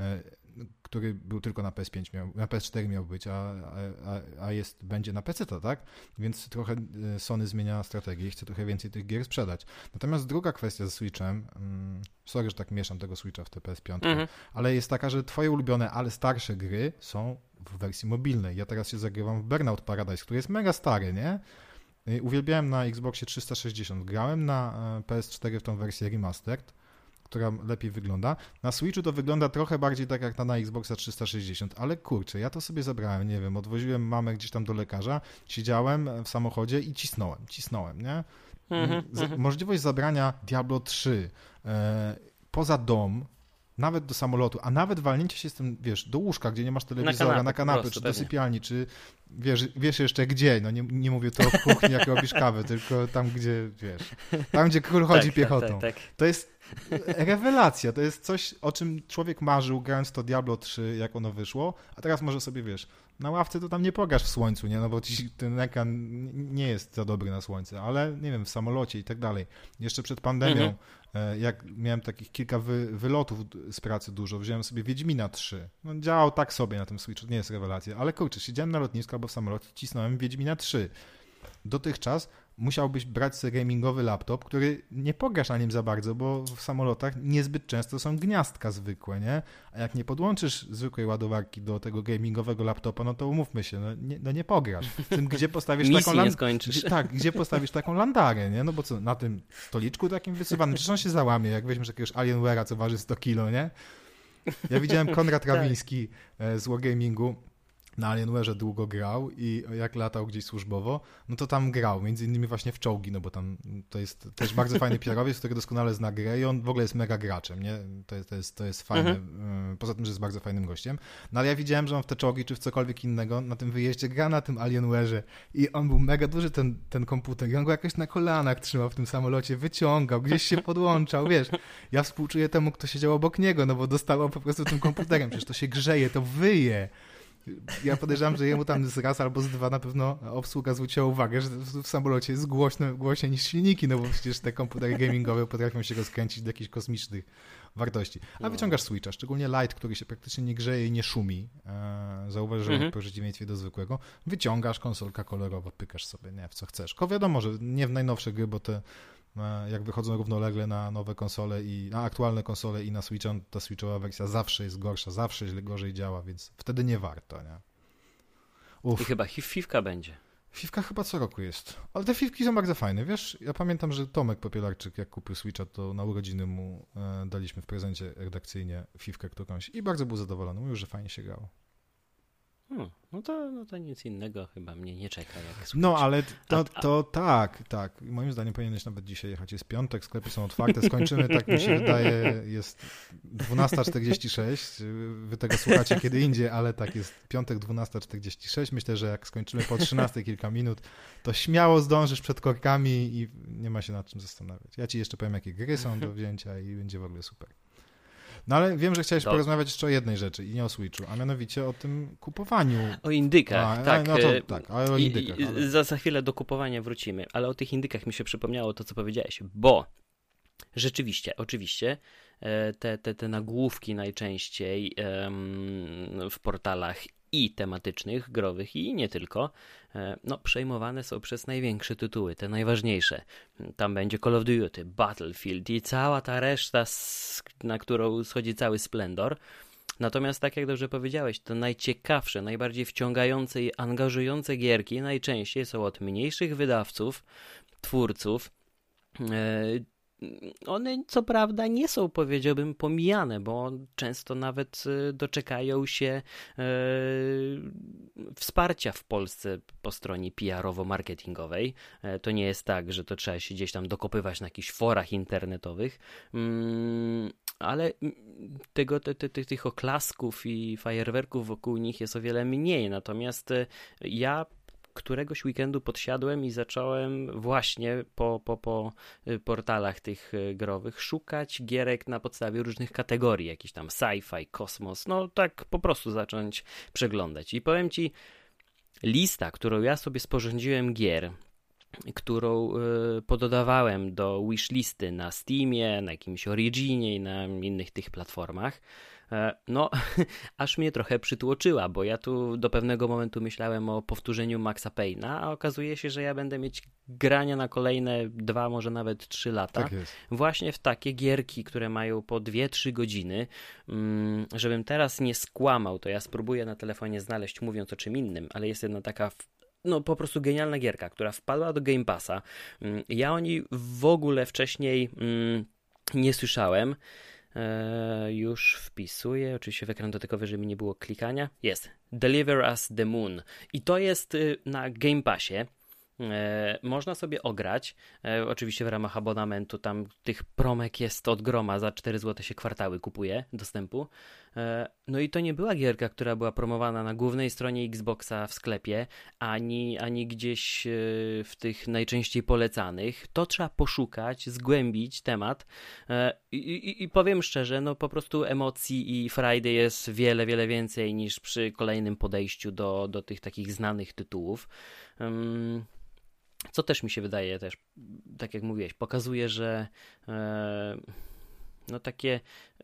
który był tylko na P S pięć, miał, na P S cztery miał być, a, a, a jest, będzie na peceta, tak? Więc trochę Sony zmienia strategię i chce trochę więcej tych gier sprzedać. Natomiast druga kwestia ze Switchem, sorry, że tak mieszam tego Switcha w te P S pięć, mhm. ale jest taka, że twoje ulubione, ale starsze gry są w wersji mobilnej. Ja teraz się zagrywam w Burnout Paradise, który jest mega stary, nie? Uwielbiałem na Xboxie trzysta sześćdziesiąt, grałem na P S cztery w tą wersję remastered, która lepiej wygląda. Na Switchu to wygląda trochę bardziej tak jak na, na Xboxa trzysta sześćdziesiąt, ale kurczę, ja to sobie zabrałem, nie wiem, odwoziłem mamę gdzieś tam do lekarza, siedziałem w samochodzie i cisnąłem, cisnąłem, nie? Mm-hmm, Z- mm-hmm. Możliwość zabrania Diablo trzy e, poza dom, nawet do samolotu, a nawet walnięcie się z tym, wiesz, do łóżka, gdzie nie masz telewizora, na kanapę, na kanapę prostu, czy do sypialni, czy wiesz, wiesz jeszcze gdzie, no nie, nie mówię to o kuchni, jak robisz kawę, tylko tam, gdzie, wiesz, tam, gdzie król chodzi tak, piechotą. Tak, tak, tak. To jest rewelacja, to jest coś, o czym człowiek marzył, grając to Diablo trzy, jak ono wyszło, a teraz może sobie, wiesz, na ławce to tam nie pograsz w słońcu, nie, no bo ci ten ekran nie jest za dobry na słońce, ale nie wiem, w samolocie i tak dalej. Jeszcze przed pandemią, mhm. jak miałem takich kilka wy, wylotów z pracy dużo, wziąłem sobie Wiedźmina trzy. No działał tak sobie na tym Switchu, nie jest rewelacja, ale kurczę, siedziałem na lotnisku albo w samolocie, cisnąłem Wiedźmina trzy. Dotychczas musiałbyś brać sobie gamingowy laptop, który nie pograsz na nim za bardzo, bo w samolotach niezbyt często są gniazdka zwykłe, nie? A jak nie podłączysz zwykłej ładowarki do tego gamingowego laptopa, no to umówmy się, no nie, no nie pograsz. W tym, gdzie postawisz taką lan- nie skończysz. Gdzie, tak, gdzie postawisz taką landarę, nie? No bo co, na tym stoliczku takim wysuwanym, przecież on się załamie, jak weźmiesz jakiegoś Alienware'a, co waży sto kilo, nie? Ja widziałem Konrad Rawiński z Wargamingu, na Alienware'ze długo grał i jak latał gdzieś służbowo, no to tam grał, między innymi właśnie w czołgi, no bo tam to jest też bardzo fajny P R-owiec, który doskonale zna grę i on w ogóle jest mega graczem, nie? To jest, to jest, to jest fajne, mhm. poza tym, że jest bardzo fajnym gościem. No ale ja widziałem, że on w te czołgi czy w cokolwiek innego na tym wyjeździe gra na tym Alienware'ze i on był mega duży ten, ten komputer i on go jakoś na kolanach trzymał w tym samolocie, wyciągał, gdzieś się podłączał, wiesz. Ja współczuję temu, kto siedział obok niego, no bo dostawał po prostu tym komputerem, przecież to się grzeje, to wyje. Ja podejrzewam, że jemu tam z raz albo z dwa na pewno obsługa zwróciła uwagę, że w samolocie jest głośno, głośniej niż silniki, no bo przecież te komputery gamingowe potrafią się rozkręcić do jakichś kosmicznych wartości. A wyciągasz Switcha, szczególnie Lite, który się praktycznie nie grzeje i nie szumi, zauważyłem mhm. w przeciwieństwie do zwykłego, wyciągasz, konsolka kolorowa, pykasz sobie, nie, w co chcesz. Tylko wiadomo, że nie w najnowsze gry, bo te jak wychodzą równolegle na nowe konsole i na aktualne konsole i na Switcha, ta Switchowa wersja zawsze jest gorsza, zawsze źle, gorzej działa, więc wtedy nie warto, nie? Uf. I chyba fifka będzie. Fifka chyba co roku jest. Ale te Fifki są bardzo fajne, wiesz? Ja pamiętam, że Tomek Popielarczyk, jak kupił Switcha, to na urodziny mu e, daliśmy w prezencie redakcyjnie Fifkę którąś i bardzo był zadowolony. Mówił, że fajnie się grało. Hmm, no, to, no to nic innego chyba mnie nie czeka. Jak no, ale to, to tak, tak. Moim zdaniem powinieneś nawet dzisiaj jechać. Jest piątek, sklepy są otwarte, skończymy, tak mi się wydaje, jest dwunasta czterdzieści sześć. Wy tego słuchacie kiedy indziej, ale tak jest piątek dwunasta czterdzieści sześć. Myślę, że jak skończymy po trzynastej kilka minut, to śmiało zdążysz przed korkami i nie ma się nad czym zastanawiać. Ja ci jeszcze powiem, jakie gry są do wzięcia i będzie w ogóle super. No ale wiem, że chciałeś do... porozmawiać jeszcze o jednej rzeczy i nie o Switchu, a mianowicie o tym kupowaniu. O indykach, a, tak. No to, tak, ale o indykach. I, ale... za, za chwilę do kupowania wrócimy, ale o tych indykach mi się przypomniało to, co powiedziałeś, bo rzeczywiście, oczywiście te, te, te nagłówki najczęściej um, w portalach i tematycznych, growych i nie tylko, no przejmowane są przez największe tytuły, te najważniejsze. Tam będzie Call of Duty, Battlefield i cała ta reszta, na którą schodzi cały splendor. Natomiast tak jak dobrze powiedziałeś, to najciekawsze, najbardziej wciągające i angażujące gierki najczęściej są od mniejszych wydawców, twórców. One co prawda nie są, powiedziałbym, pomijane, bo często nawet doczekają się e, wsparcia w Polsce po stronie P R owo-marketingowej. E, to nie jest tak, że to trzeba się gdzieś tam dokopywać na jakichś forach internetowych, mm, ale tego, te, te, tych oklasków i fajerwerków wokół nich jest o wiele mniej. Natomiast ja któregoś weekendu podsiadłem i zacząłem właśnie po, po, po portalach tych growych szukać gierek na podstawie różnych kategorii, jakiś tam sci-fi, kosmos, no tak po prostu zacząć przeglądać. I powiem ci, lista, którą ja sobie sporządziłem gier, którą y, pododawałem do wishlisty na Steamie, na jakimś Originie i na innych tych platformach, no, aż mnie trochę przytłoczyła, bo ja tu do pewnego momentu myślałem o powtórzeniu Maxa Payne'a, a okazuje się, że ja będę mieć grania na kolejne dwa, może nawet trzy lata. Tak jest. Właśnie w takie gierki, które mają po dwie trzy godziny. Żebym teraz nie skłamał, to ja spróbuję na telefonie znaleźć, mówiąc o czym innym, ale jest jedna taka no po prostu genialna gierka, która wpadła do Game Passa. Ja o niej w ogóle wcześniej nie słyszałem. Eee, już wpisuję, oczywiście w ekran dotykowy, żeby nie było klikania. Jest Deliver Us the Moon i to jest y, na Game Passie. E, można sobie ograć, e, oczywiście w ramach abonamentu, tam tych promek jest od groma, za cztery złote się kwartały kupuje dostępu. E, no i to nie była gierka, która była promowana na głównej stronie Xboxa w sklepie, ani, ani gdzieś e, w tych najczęściej polecanych. To trzeba poszukać, zgłębić temat e, i, i powiem szczerze, no po prostu emocji i frajdy jest wiele, wiele więcej niż przy kolejnym podejściu do, do tych takich znanych tytułów. Um, Co też mi się wydaje też, tak jak mówiłeś, pokazuje, że e, no takie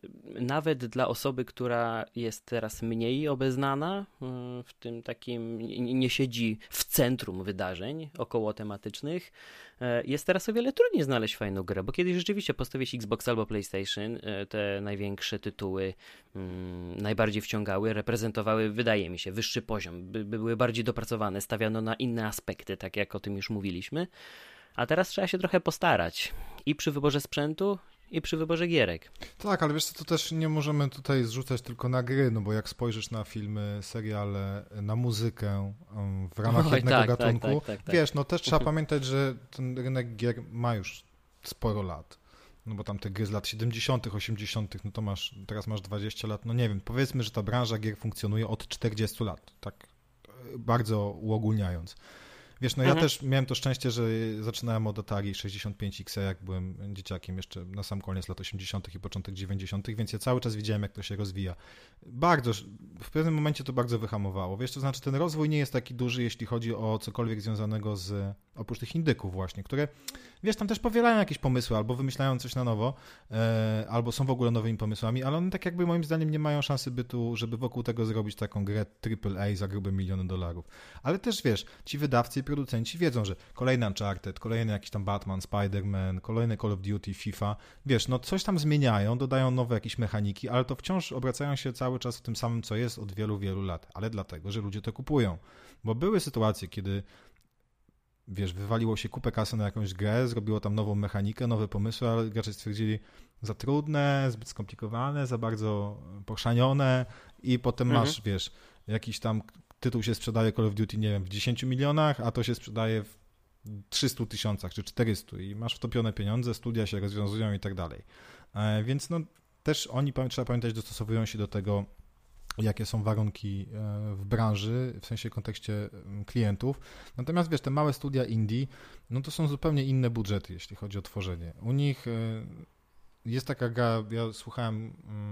nawet dla osoby, która jest teraz mniej obeznana, w tym takim, nie siedzi w centrum wydarzeń około tematycznych, jest teraz o wiele trudniej znaleźć fajną grę, bo kiedyś rzeczywiście postawić Xbox albo PlayStation, te największe tytuły hmm, najbardziej wciągały, reprezentowały, wydaje mi się, wyższy poziom, by, by były bardziej dopracowane, stawiano na inne aspekty, tak jak o tym już mówiliśmy, a teraz trzeba się trochę postarać i przy wyborze sprzętu, i przy wyborze gierek. Tak, ale wiesz co, to też nie możemy tutaj zrzucać tylko na gry, no bo jak spojrzysz na filmy, seriale, na muzykę w ramach Oj, jednego tak, gatunku, tak, tak, tak, tak. wiesz, no też trzeba pamiętać, że ten rynek gier ma już sporo lat. No bo tam te gry z lat siedemdziesiątych, osiemdziesiątych, no to masz, teraz masz dwadzieścia lat, no nie wiem, powiedzmy, że ta branża gier funkcjonuje od czterdziestu lat, tak bardzo uogólniając. Wiesz, no mhm. ja też miałem to szczęście, że zaczynałem od Atari sześćdziesiąt pięć X, jak byłem dzieciakiem jeszcze na sam koniec lat osiemdziesiątych i początek dziewięćdziesiątych, więc ja cały czas widziałem, jak to się rozwija. Bardzo, w pewnym momencie to bardzo wyhamowało. Wiesz, to znaczy ten rozwój nie jest taki duży, jeśli chodzi o cokolwiek związanego z, oprócz tych indyków właśnie, które, wiesz, tam też powielają jakieś pomysły, albo wymyślają coś na nowo, e, albo są w ogóle nowymi pomysłami, ale one tak jakby moim zdaniem nie mają szansy bytu, żeby wokół tego zrobić taką grę triple A za grube miliony dolarów. Ale też, wiesz, ci wydawcy i producenci wiedzą, że kolejny Uncharted, kolejny jakiś tam Batman, Spider-Man, kolejny Call of Duty, FIFA, wiesz, no coś tam zmieniają, dodają nowe jakieś mechaniki, ale to wciąż obracają się cały czas w tym samym, co jest od wielu, wielu lat, ale dlatego, że ludzie to kupują. Bo były sytuacje, kiedy wiesz, wywaliło się kupę kasy na jakąś grę, zrobiło tam nową mechanikę, nowe pomysły, ale gracze stwierdzili za trudne, zbyt skomplikowane, za bardzo pochrzanione i potem mhm. masz, wiesz, jakiś tam tytuł się sprzedaje Call of Duty, nie wiem, w dziesięciu milionach, a to się sprzedaje w trzystu tysiącach czy czterystu i masz wtopione pieniądze, studia się rozwiązują i tak dalej. Więc no też oni, trzeba pamiętać, dostosowują się do tego, jakie są warunki w branży, w sensie w kontekście klientów. Natomiast wiesz, te małe studia indie, no to są zupełnie inne budżety, jeśli chodzi o tworzenie. U nich jest taka gra, ja słuchałem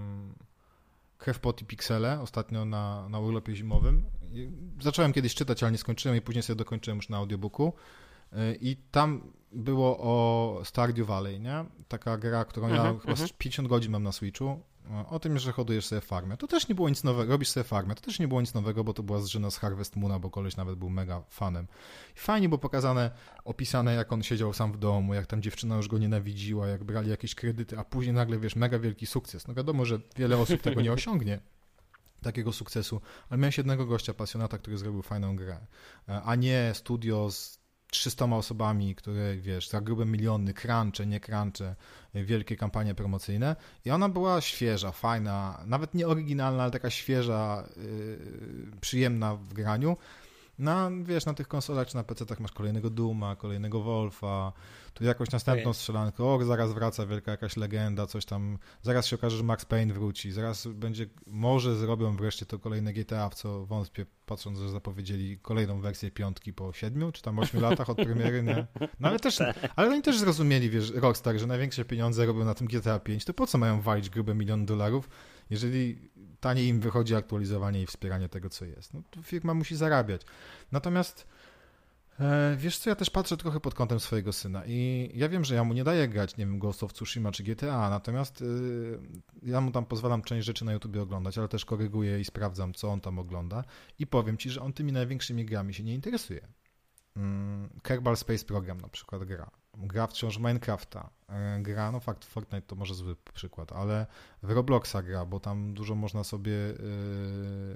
Krew, pot i piksele ostatnio na, na urlopie zimowym. Zacząłem kiedyś czytać, ale nie skończyłem i później sobie dokończyłem już na audiobooku. I tam było o Stardew Valley, nie? Taka gra, którą ja uh-huh, chyba uh-huh. pięćdziesiąt godzin mam na Switchu. O tym, że hodujesz sobie farmę. To też nie było nic nowego, robisz sobie farmę, to też nie było nic nowego, bo to była zżyna z Harvest Moona, bo koleś nawet był mega fanem. I fajnie było pokazane, opisane, jak on siedział sam w domu, jak tam dziewczyna już go nienawidziła, jak brali jakieś kredyty, a później nagle, wiesz, mega wielki sukces. No wiadomo, że wiele osób tego nie osiągnie, takiego sukcesu, ale miałeś jednego gościa, pasjonata, który zrobił fajną grę, a nie studio z trzystoma osobami, które, wiesz, za grube miliony, crunche, nie crunche, wielkie kampanie promocyjne i ona była świeża, fajna, nawet nie oryginalna, ale taka świeża, yy, przyjemna w graniu. No, wiesz, na tych konsolach czy na pecetach masz kolejnego Dooma, kolejnego Wolfa, tu jakąś następną strzelankę, o, zaraz wraca wielka jakaś legenda, coś tam, zaraz się okaże, że Max Payne wróci, zaraz będzie, może zrobią wreszcie to kolejne G T A, w co wątpię, patrząc, że zapowiedzieli kolejną wersję piątki po siedmiu, czy tam ośmiu latach od premiery, nie? No ale też, ale oni też zrozumieli, wiesz, Rockstar, że największe pieniądze robią na tym G T A pięć, to po co mają walić grube milion dolarów, jeżeli taniej im wychodzi aktualizowanie i wspieranie tego, co jest. No to firma musi zarabiać. Natomiast e, wiesz co, ja też patrzę trochę pod kątem swojego syna i ja wiem, że ja mu nie daję grać, nie wiem, Ghost of Tsushima czy G T A, natomiast y, ja mu tam pozwalam część rzeczy na YouTubie oglądać, ale też koryguję i sprawdzam, co on tam ogląda i powiem ci, że on tymi największymi grami się nie interesuje. Kerbal Space Program na przykład gra. Gra wciąż Minecrafta. Gra, no fakt, Fortnite to może zły przykład, ale w Robloxa gra, bo tam dużo można sobie yy,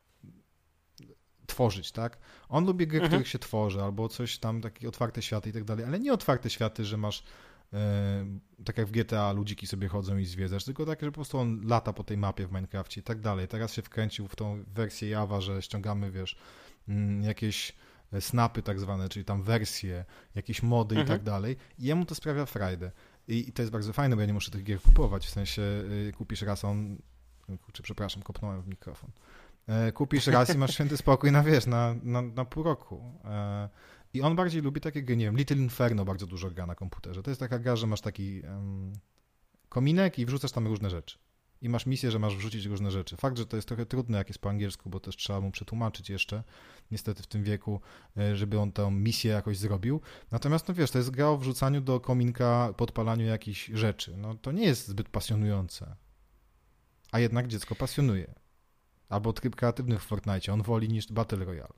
tworzyć, tak? On lubi gry, mhm. których się tworzy, albo coś tam, takie otwarte światy i tak dalej, ale nie otwarte światy, że masz yy, tak jak w G T A ludziki sobie chodzą i zwiedzasz, tylko takie, że po prostu on lata po tej mapie w Minecrafcie i tak dalej. Teraz się wkręcił w tą wersję Java, że ściągamy, wiesz, yy, jakieś snapy tak zwane, czyli tam wersje, jakieś mody mhm. i tak dalej. I jemu to sprawia frajdę. I, I to jest bardzo fajne, bo ja nie muszę tych gier kupować. W sensie y, kupisz raz, on... Kurczę, przepraszam, kopnąłem w mikrofon. Y, kupisz raz i masz święty spokój na, wiesz, na, na, na pół roku. Y, I on bardziej lubi takie gry, nie wiem, Little Inferno bardzo dużo gra na komputerze. To jest taka gra, że masz taki um, kominek i wrzucasz tam różne rzeczy. I masz misję, że masz wrzucić różne rzeczy. Fakt, że to jest trochę trudne, jak jest po angielsku, bo też trzeba mu przetłumaczyć jeszcze, niestety w tym wieku, żeby on tę misję jakoś zrobił. Natomiast, no wiesz, to jest gra o wrzucaniu do kominka, podpalaniu jakichś rzeczy. No to nie jest zbyt pasjonujące. A jednak dziecko pasjonuje. Albo tryb kreatywny w Fortnite, on woli niż Battle Royale.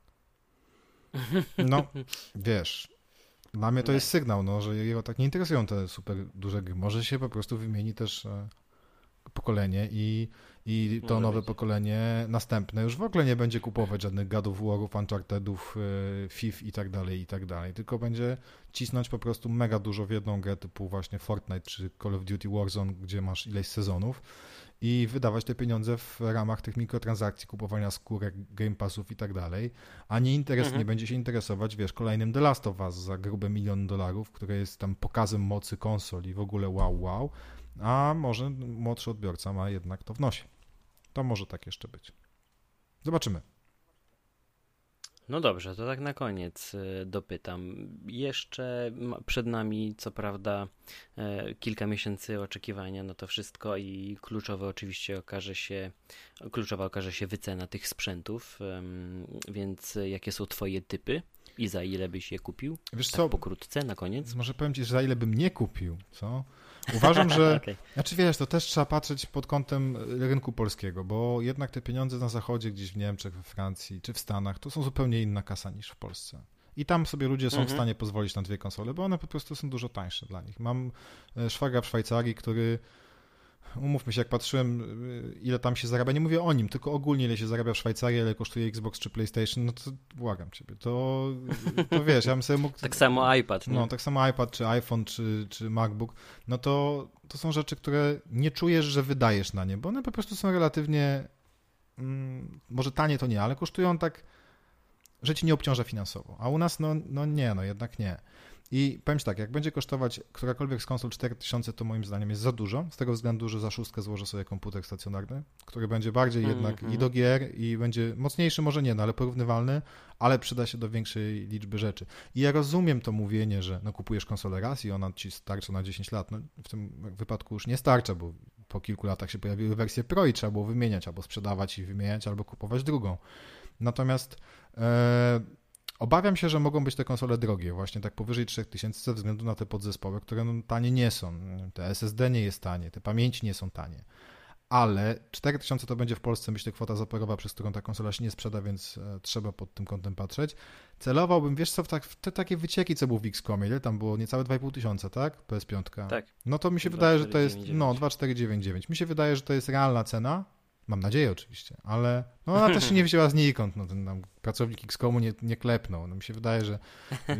No, wiesz, dla mnie to jest sygnał, no, że jego tak nie interesują te super duże gry. Może się po prostu wymieni też pokolenie i, i to Może nowe być. pokolenie następne już w ogóle nie będzie kupować żadnych God of War'ów, Unchartedów, F I F i tak dalej, i tak dalej, tylko będzie cisnąć po prostu mega dużo w jedną grę typu właśnie Fortnite czy Call of Duty Warzone, gdzie masz ileś sezonów i wydawać te pieniądze w ramach tych mikrotransakcji, kupowania skórek, Game Passów i tak dalej, a nie, interes, mhm. nie będzie się interesować, wiesz, kolejnym The Last of Us za grube milion dolarów, które jest tam pokazem mocy konsol i w ogóle wow, wow, a może młodszy odbiorca ma jednak to w nosie. To może tak jeszcze być. Zobaczymy. No dobrze, to tak na koniec dopytam. Jeszcze przed nami, co prawda, kilka miesięcy oczekiwania na to wszystko i kluczowe oczywiście okaże się, kluczowa okaże się wycena tych sprzętów, więc jakie są twoje typy i za ile byś je kupił? Wiesz tak co, pokrótce, na koniec. Może powiem ci, że za ile bym nie kupił, co? Uważam, że, okay. znaczy wiesz, to też trzeba patrzeć pod kątem rynku polskiego, bo jednak te pieniądze na zachodzie, gdzieś w Niemczech, we Francji czy w Stanach, to są zupełnie inna kasa niż w Polsce. I tam sobie ludzie są mm-hmm. w stanie pozwolić na dwie konsole, bo one po prostu są dużo tańsze dla nich. Mam szwagra w Szwajcarii, który umówmy się, jak patrzyłem, ile tam się zarabia, nie mówię o nim, tylko ogólnie ile się zarabia w Szwajcarii, ile kosztuje Xbox czy PlayStation, no to błagam ciebie, to, to wiesz, ja bym sobie mógł... Tak samo iPad, nie? No, tak samo iPad, czy iPhone, czy, czy MacBook, no to, to są rzeczy, które nie czujesz, że wydajesz na nie, bo one po prostu są relatywnie, mm, może tanie to nie, ale kosztują tak, że ci nie obciąża finansowo, a u nas no, no nie, no jednak nie. I powiem ci tak, jak będzie kosztować którakolwiek z konsol cztery tysiące, to moim zdaniem jest za dużo, z tego względu, że za szóstkę złożę sobie komputer stacjonarny, który będzie bardziej mm-hmm. jednak i do gier i będzie mocniejszy, może nie, no ale porównywalny, ale przyda się do większej liczby rzeczy. I ja rozumiem to mówienie, że no kupujesz konsolę raz i ona ci starcza na dziesięć lat, no w tym wypadku już nie starcza, bo po kilku latach się pojawiły wersje Pro i trzeba było wymieniać, albo sprzedawać i wymieniać, albo kupować drugą. Natomiast e, obawiam się, że mogą być te konsole drogie, właśnie tak powyżej trzy tysiące ze względu na te podzespoły, które no, tanie nie są. Te S S D nie jest tanie, te pamięci nie są tanie. Ale cztery tysiące to będzie w Polsce, myślę, kwota zaporowa, przez którą ta konsola się nie sprzeda, więc e, trzeba pod tym kątem patrzeć. Celowałbym, wiesz co, w, tak, w te takie wycieki, co był w X-Comie, ile tam było? Niecałe dwa i pół tysiąca, tak? P S pięć. Tak. No to mi się wydaje, że to jest, no, dwa cztery dziewięć dziewięć. Mi się wydaje, że to jest realna cena. Mam nadzieję oczywiście, ale no ona też się nie wzięła znikąd, no ten tam pracownik X-Comu nie, nie klepnął. No mi się wydaje, że yy,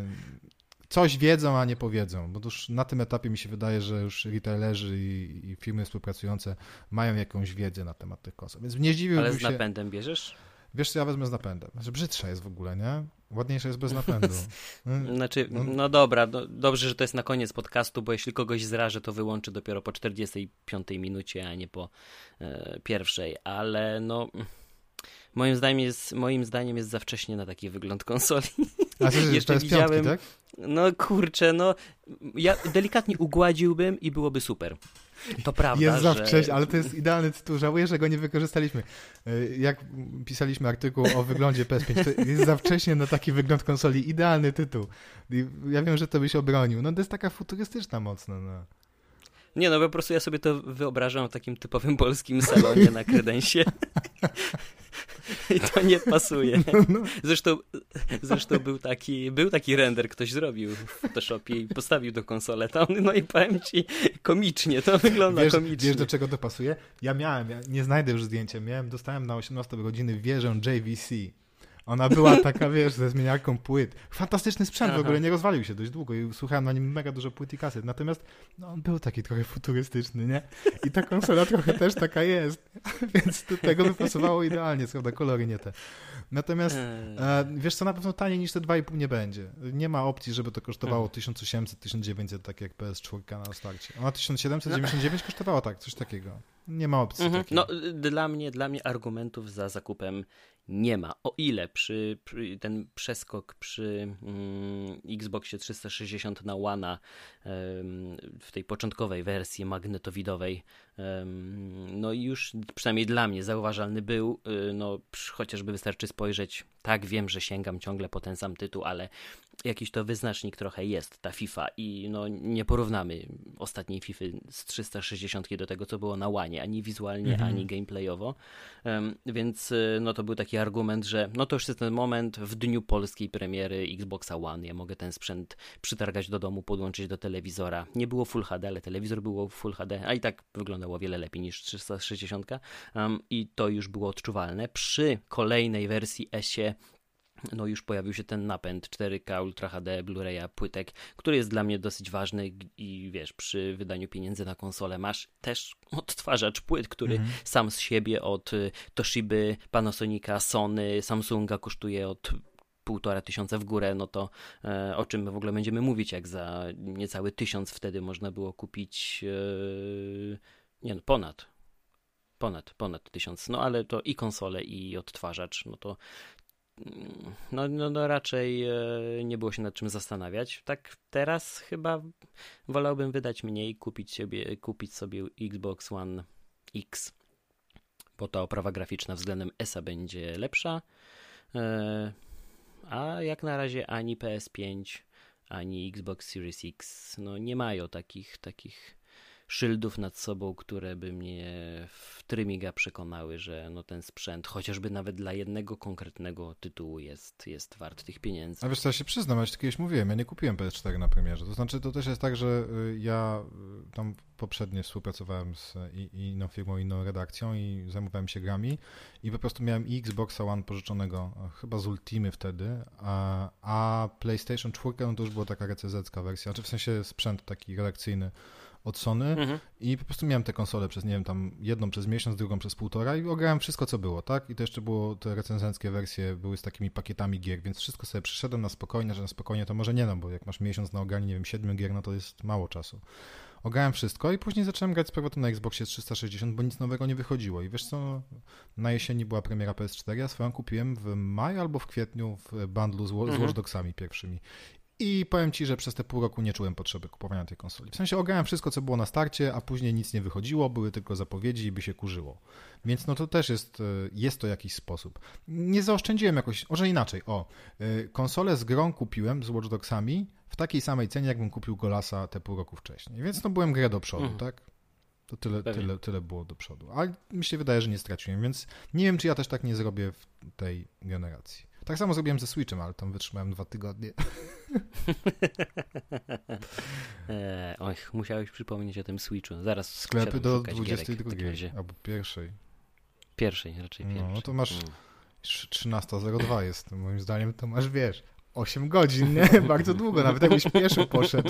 coś wiedzą, a nie powiedzą, bo już na tym etapie mi się wydaje, że już retailerzy i, i firmy współpracujące mają jakąś wiedzę na temat tych konsol, więc nie zdziwiłbym się... Ale z napędem bierzesz? Wiesz co, ja wezmę z napędem. Znaczy brzydsza jest w ogóle, nie? Ładniejsza jest bez napędu. Znaczy, no dobra, no, dobrze, że to jest na koniec podcastu, bo jeśli kogoś zrażę, to wyłączy dopiero po czterdziestej piątej minucie, a nie po e, pierwszej, ale no... Moim zdaniem, jest, moim zdaniem jest za wcześnie na taki wygląd konsoli. A co, jeszcze widziałem, piątki, tak? No kurczę, no ja delikatnie ugładziłbym i byłoby super. To prawda, Jest za że... wcześnie, ale to jest idealny tytuł. Żałuję, że go nie wykorzystaliśmy. Jak pisaliśmy artykuł o wyglądzie P S pięć, to jest za wcześnie na taki wygląd konsoli. Idealny tytuł. Ja wiem, że to byś obronił. No to jest taka futurystyczna mocno, no. Nie no, po prostu ja sobie to wyobrażam w takim typowym polskim salonie na kredensie. I to nie pasuje. Zresztą, zresztą był taki, był taki render, ktoś zrobił w Photoshopie i postawił do konsolę tam, no i powiem ci, komicznie, to wygląda wiesz, komicznie. Wiesz, do czego to pasuje? Ja miałem, ja nie znajdę już zdjęcia, miałem, dostałem na osiemnaste godziny wieżę J V C. Ona była taka, wiesz, ze zmieniarką płyt. Fantastyczny sprzęt, Aha. w ogóle nie rozwalił się dość długo i słuchałem na nim mega dużo płyt i kaset. Natomiast no, on był taki trochę futurystyczny, nie? I ta konsola trochę też taka jest. Więc do tego by pasowało idealnie, prawda? Kolory nie te. Natomiast e, wiesz co, na pewno taniej niż te dwa i pół nie będzie. Nie ma opcji, żeby to kosztowało tysiąc osiemset, tysiąc dziewięćset, tak jak P S cztery na starcie. Ona tysiąc siedemset dziewięćdziesiąt dziewięć no. kosztowała tak, coś takiego. Nie ma opcji mhm. takiej. No dla mnie, dla mnie argumentów za zakupem nie ma. O ile przy, przy ten przeskok przy mm, Xboxie trzysta sześćdziesiąt na One'a um, w tej początkowej wersji magnetowidowej um, no i już przynajmniej dla mnie zauważalny był, y, no przy, chociażby wystarczy spojrzeć, tak wiem, że sięgam ciągle po ten sam tytuł, ale jakiś to wyznacznik trochę jest, ta FIFA i no nie porównamy ostatniej FIFA z trzysta sześćdziesiąt do tego, co było na One'ie, ani wizualnie, mhm. ani gameplayowo, um, więc no to był taki argument, że no to już jest ten moment w dniu polskiej premiery Xboxa One, ja mogę ten sprzęt przytargać do domu, podłączyć do telewizora. Nie było Full H D, ale telewizor było Full H D, a i tak wyglądało wiele lepiej niż trzysta sześćdziesiąt um, i to już było odczuwalne. Przy kolejnej wersji S-ie no już pojawił się ten napęd cztery K, Ultra H D, Blu-raya, płytek, który jest dla mnie dosyć ważny i wiesz, przy wydaniu pieniędzy na konsolę masz też odtwarzacz płyt, który mhm. sam z siebie od Toshiby, Panasonica, Sony, Samsunga kosztuje od półtora tysiąca w górę, no to e, o czym my w ogóle będziemy mówić, jak za niecały tysiąc wtedy można było kupić e, nie no, ponad ponad, ponad tysiąc, no ale to i konsole, i odtwarzacz, no to No, no, no raczej e, nie było się nad czym zastanawiać. Tak teraz chyba wolałbym wydać mniej, kupić sobie, kupić sobie Xbox One X, bo ta oprawa graficzna względem S-a będzie lepsza, e, a jak na razie ani P S pięć, ani Xbox Series X no nie mają takich takich szyldów nad sobą, które by mnie w trymiga przekonały, że no ten sprzęt, chociażby nawet dla jednego konkretnego tytułu jest, jest wart tych pieniędzy. A wiesz co, ja się przyznam, ja ci kiedyś mówiłem, ja nie kupiłem P S cztery na premierze. To znaczy, to też jest tak, że ja tam poprzednio współpracowałem z inną firmą, inną redakcją i zajmowałem się grami i po prostu miałem i Xboxa One pożyczonego, chyba z Ultimy wtedy, a, a PlayStation cztery no to już była taka recenzecka wersja, znaczy w sensie sprzęt taki redakcyjny od Sony mhm. i po prostu miałem te konsole przez, nie wiem, tam jedną przez miesiąc, drugą przez półtora i ograłem wszystko, co było, tak? I to jeszcze było, te recenzenckie wersje były z takimi pakietami gier, więc wszystko sobie przyszedłem na spokojnie, że na spokojnie to może nie, no bo jak masz miesiąc na ogranie, nie wiem, siedmiu gier, no to jest mało czasu. Ograłem wszystko i później zacząłem grać z powrotem na Xboxie trzysta sześćdziesiąt, bo nic nowego nie wychodziło. I wiesz co, na jesieni była premiera P S cztery, ja swoją kupiłem w maju albo w kwietniu w bundlu z, z mhm. Watch Dogsami pierwszymi. I powiem ci, że przez te pół roku nie czułem potrzeby kupowania tej konsoli. W sensie ograłem wszystko, co było na starcie, a później nic nie wychodziło, były tylko zapowiedzi i by się kurzyło. Więc no to też jest, jest to jakiś sposób. Nie zaoszczędziłem jakoś, może inaczej, o, konsolę z grą kupiłem z Watch Dogsami w takiej samej cenie, jakbym kupił Golasa te pół roku wcześniej. Więc no byłem grę do przodu, mhm. tak? To tyle, tyle, tyle było do przodu. Ale mi się wydaje, że nie straciłem, więc nie wiem, czy ja też tak nie zrobię w tej generacji. Tak samo zrobiłem ze Switchem, ale tam wytrzymałem dwa tygodnie. e, oj, musiałeś przypomnieć o tym Switchu. Zaraz sklepy do dwudziestej drugiej albo pierwszej. Pierwszej, raczej pierwszej. No, no to masz mm. trzynasta zero dwa jest. Moim zdaniem to masz, wiesz, osiem godzin, nie? Bardzo długo, nawet jakbyś pieszo poszedł.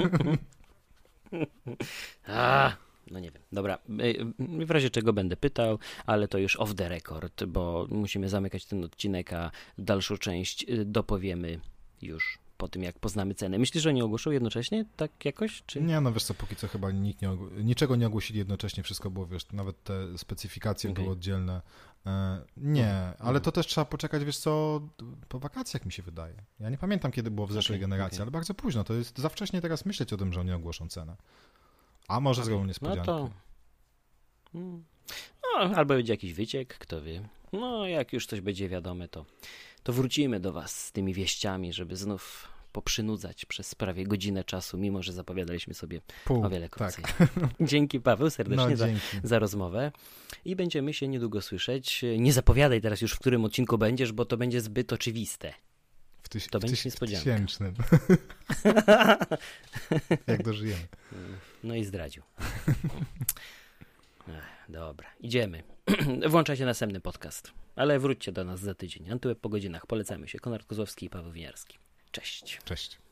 A, no nie wiem. Dobra, w razie czego będę pytał, ale to już off the record, bo musimy zamykać ten odcinek, a dalszą część dopowiemy już po tym, jak poznamy cenę. Myślisz, że oni ogłoszą jednocześnie tak jakoś? Czy... Nie, no wiesz co, póki co chyba nikt nie ogł- niczego nie ogłosili jednocześnie, wszystko było, wiesz, nawet te specyfikacje okay. były oddzielne. E, nie, mhm. ale to też trzeba poczekać, wiesz co, po wakacjach mi się wydaje. Ja nie pamiętam, kiedy było w zeszłej okay, generacji, okay. ale bardzo późno. To jest za wcześnie teraz myśleć o tym, że oni ogłoszą cenę. A może okay. zrobią niespodziankę. No to... No, albo będzie jakiś wyciek, kto wie. No, jak już coś będzie wiadome, to, to wrócimy do was z tymi wieściami, żeby znów poprzynudzać przez prawie godzinę czasu, mimo że zapowiadaliśmy sobie Pół, o wiele krócej. Tak. Dzięki, Paweł, serdecznie no, za, za rozmowę i będziemy się niedługo słyszeć. Nie zapowiadaj teraz już, w którym odcinku będziesz, bo to będzie zbyt oczywiste. W tyś, to w będzie tyś, niespodzianka. W tysięcznym. Jak dożyjemy. No i zdradził. Ech, dobra, idziemy. Włączajcie następny podcast, ale wróćcie do nas za tydzień. Antyweb po godzinach. Polecamy się. Konrad Kozłowski i Paweł Winiarski. Cześć. Cześć.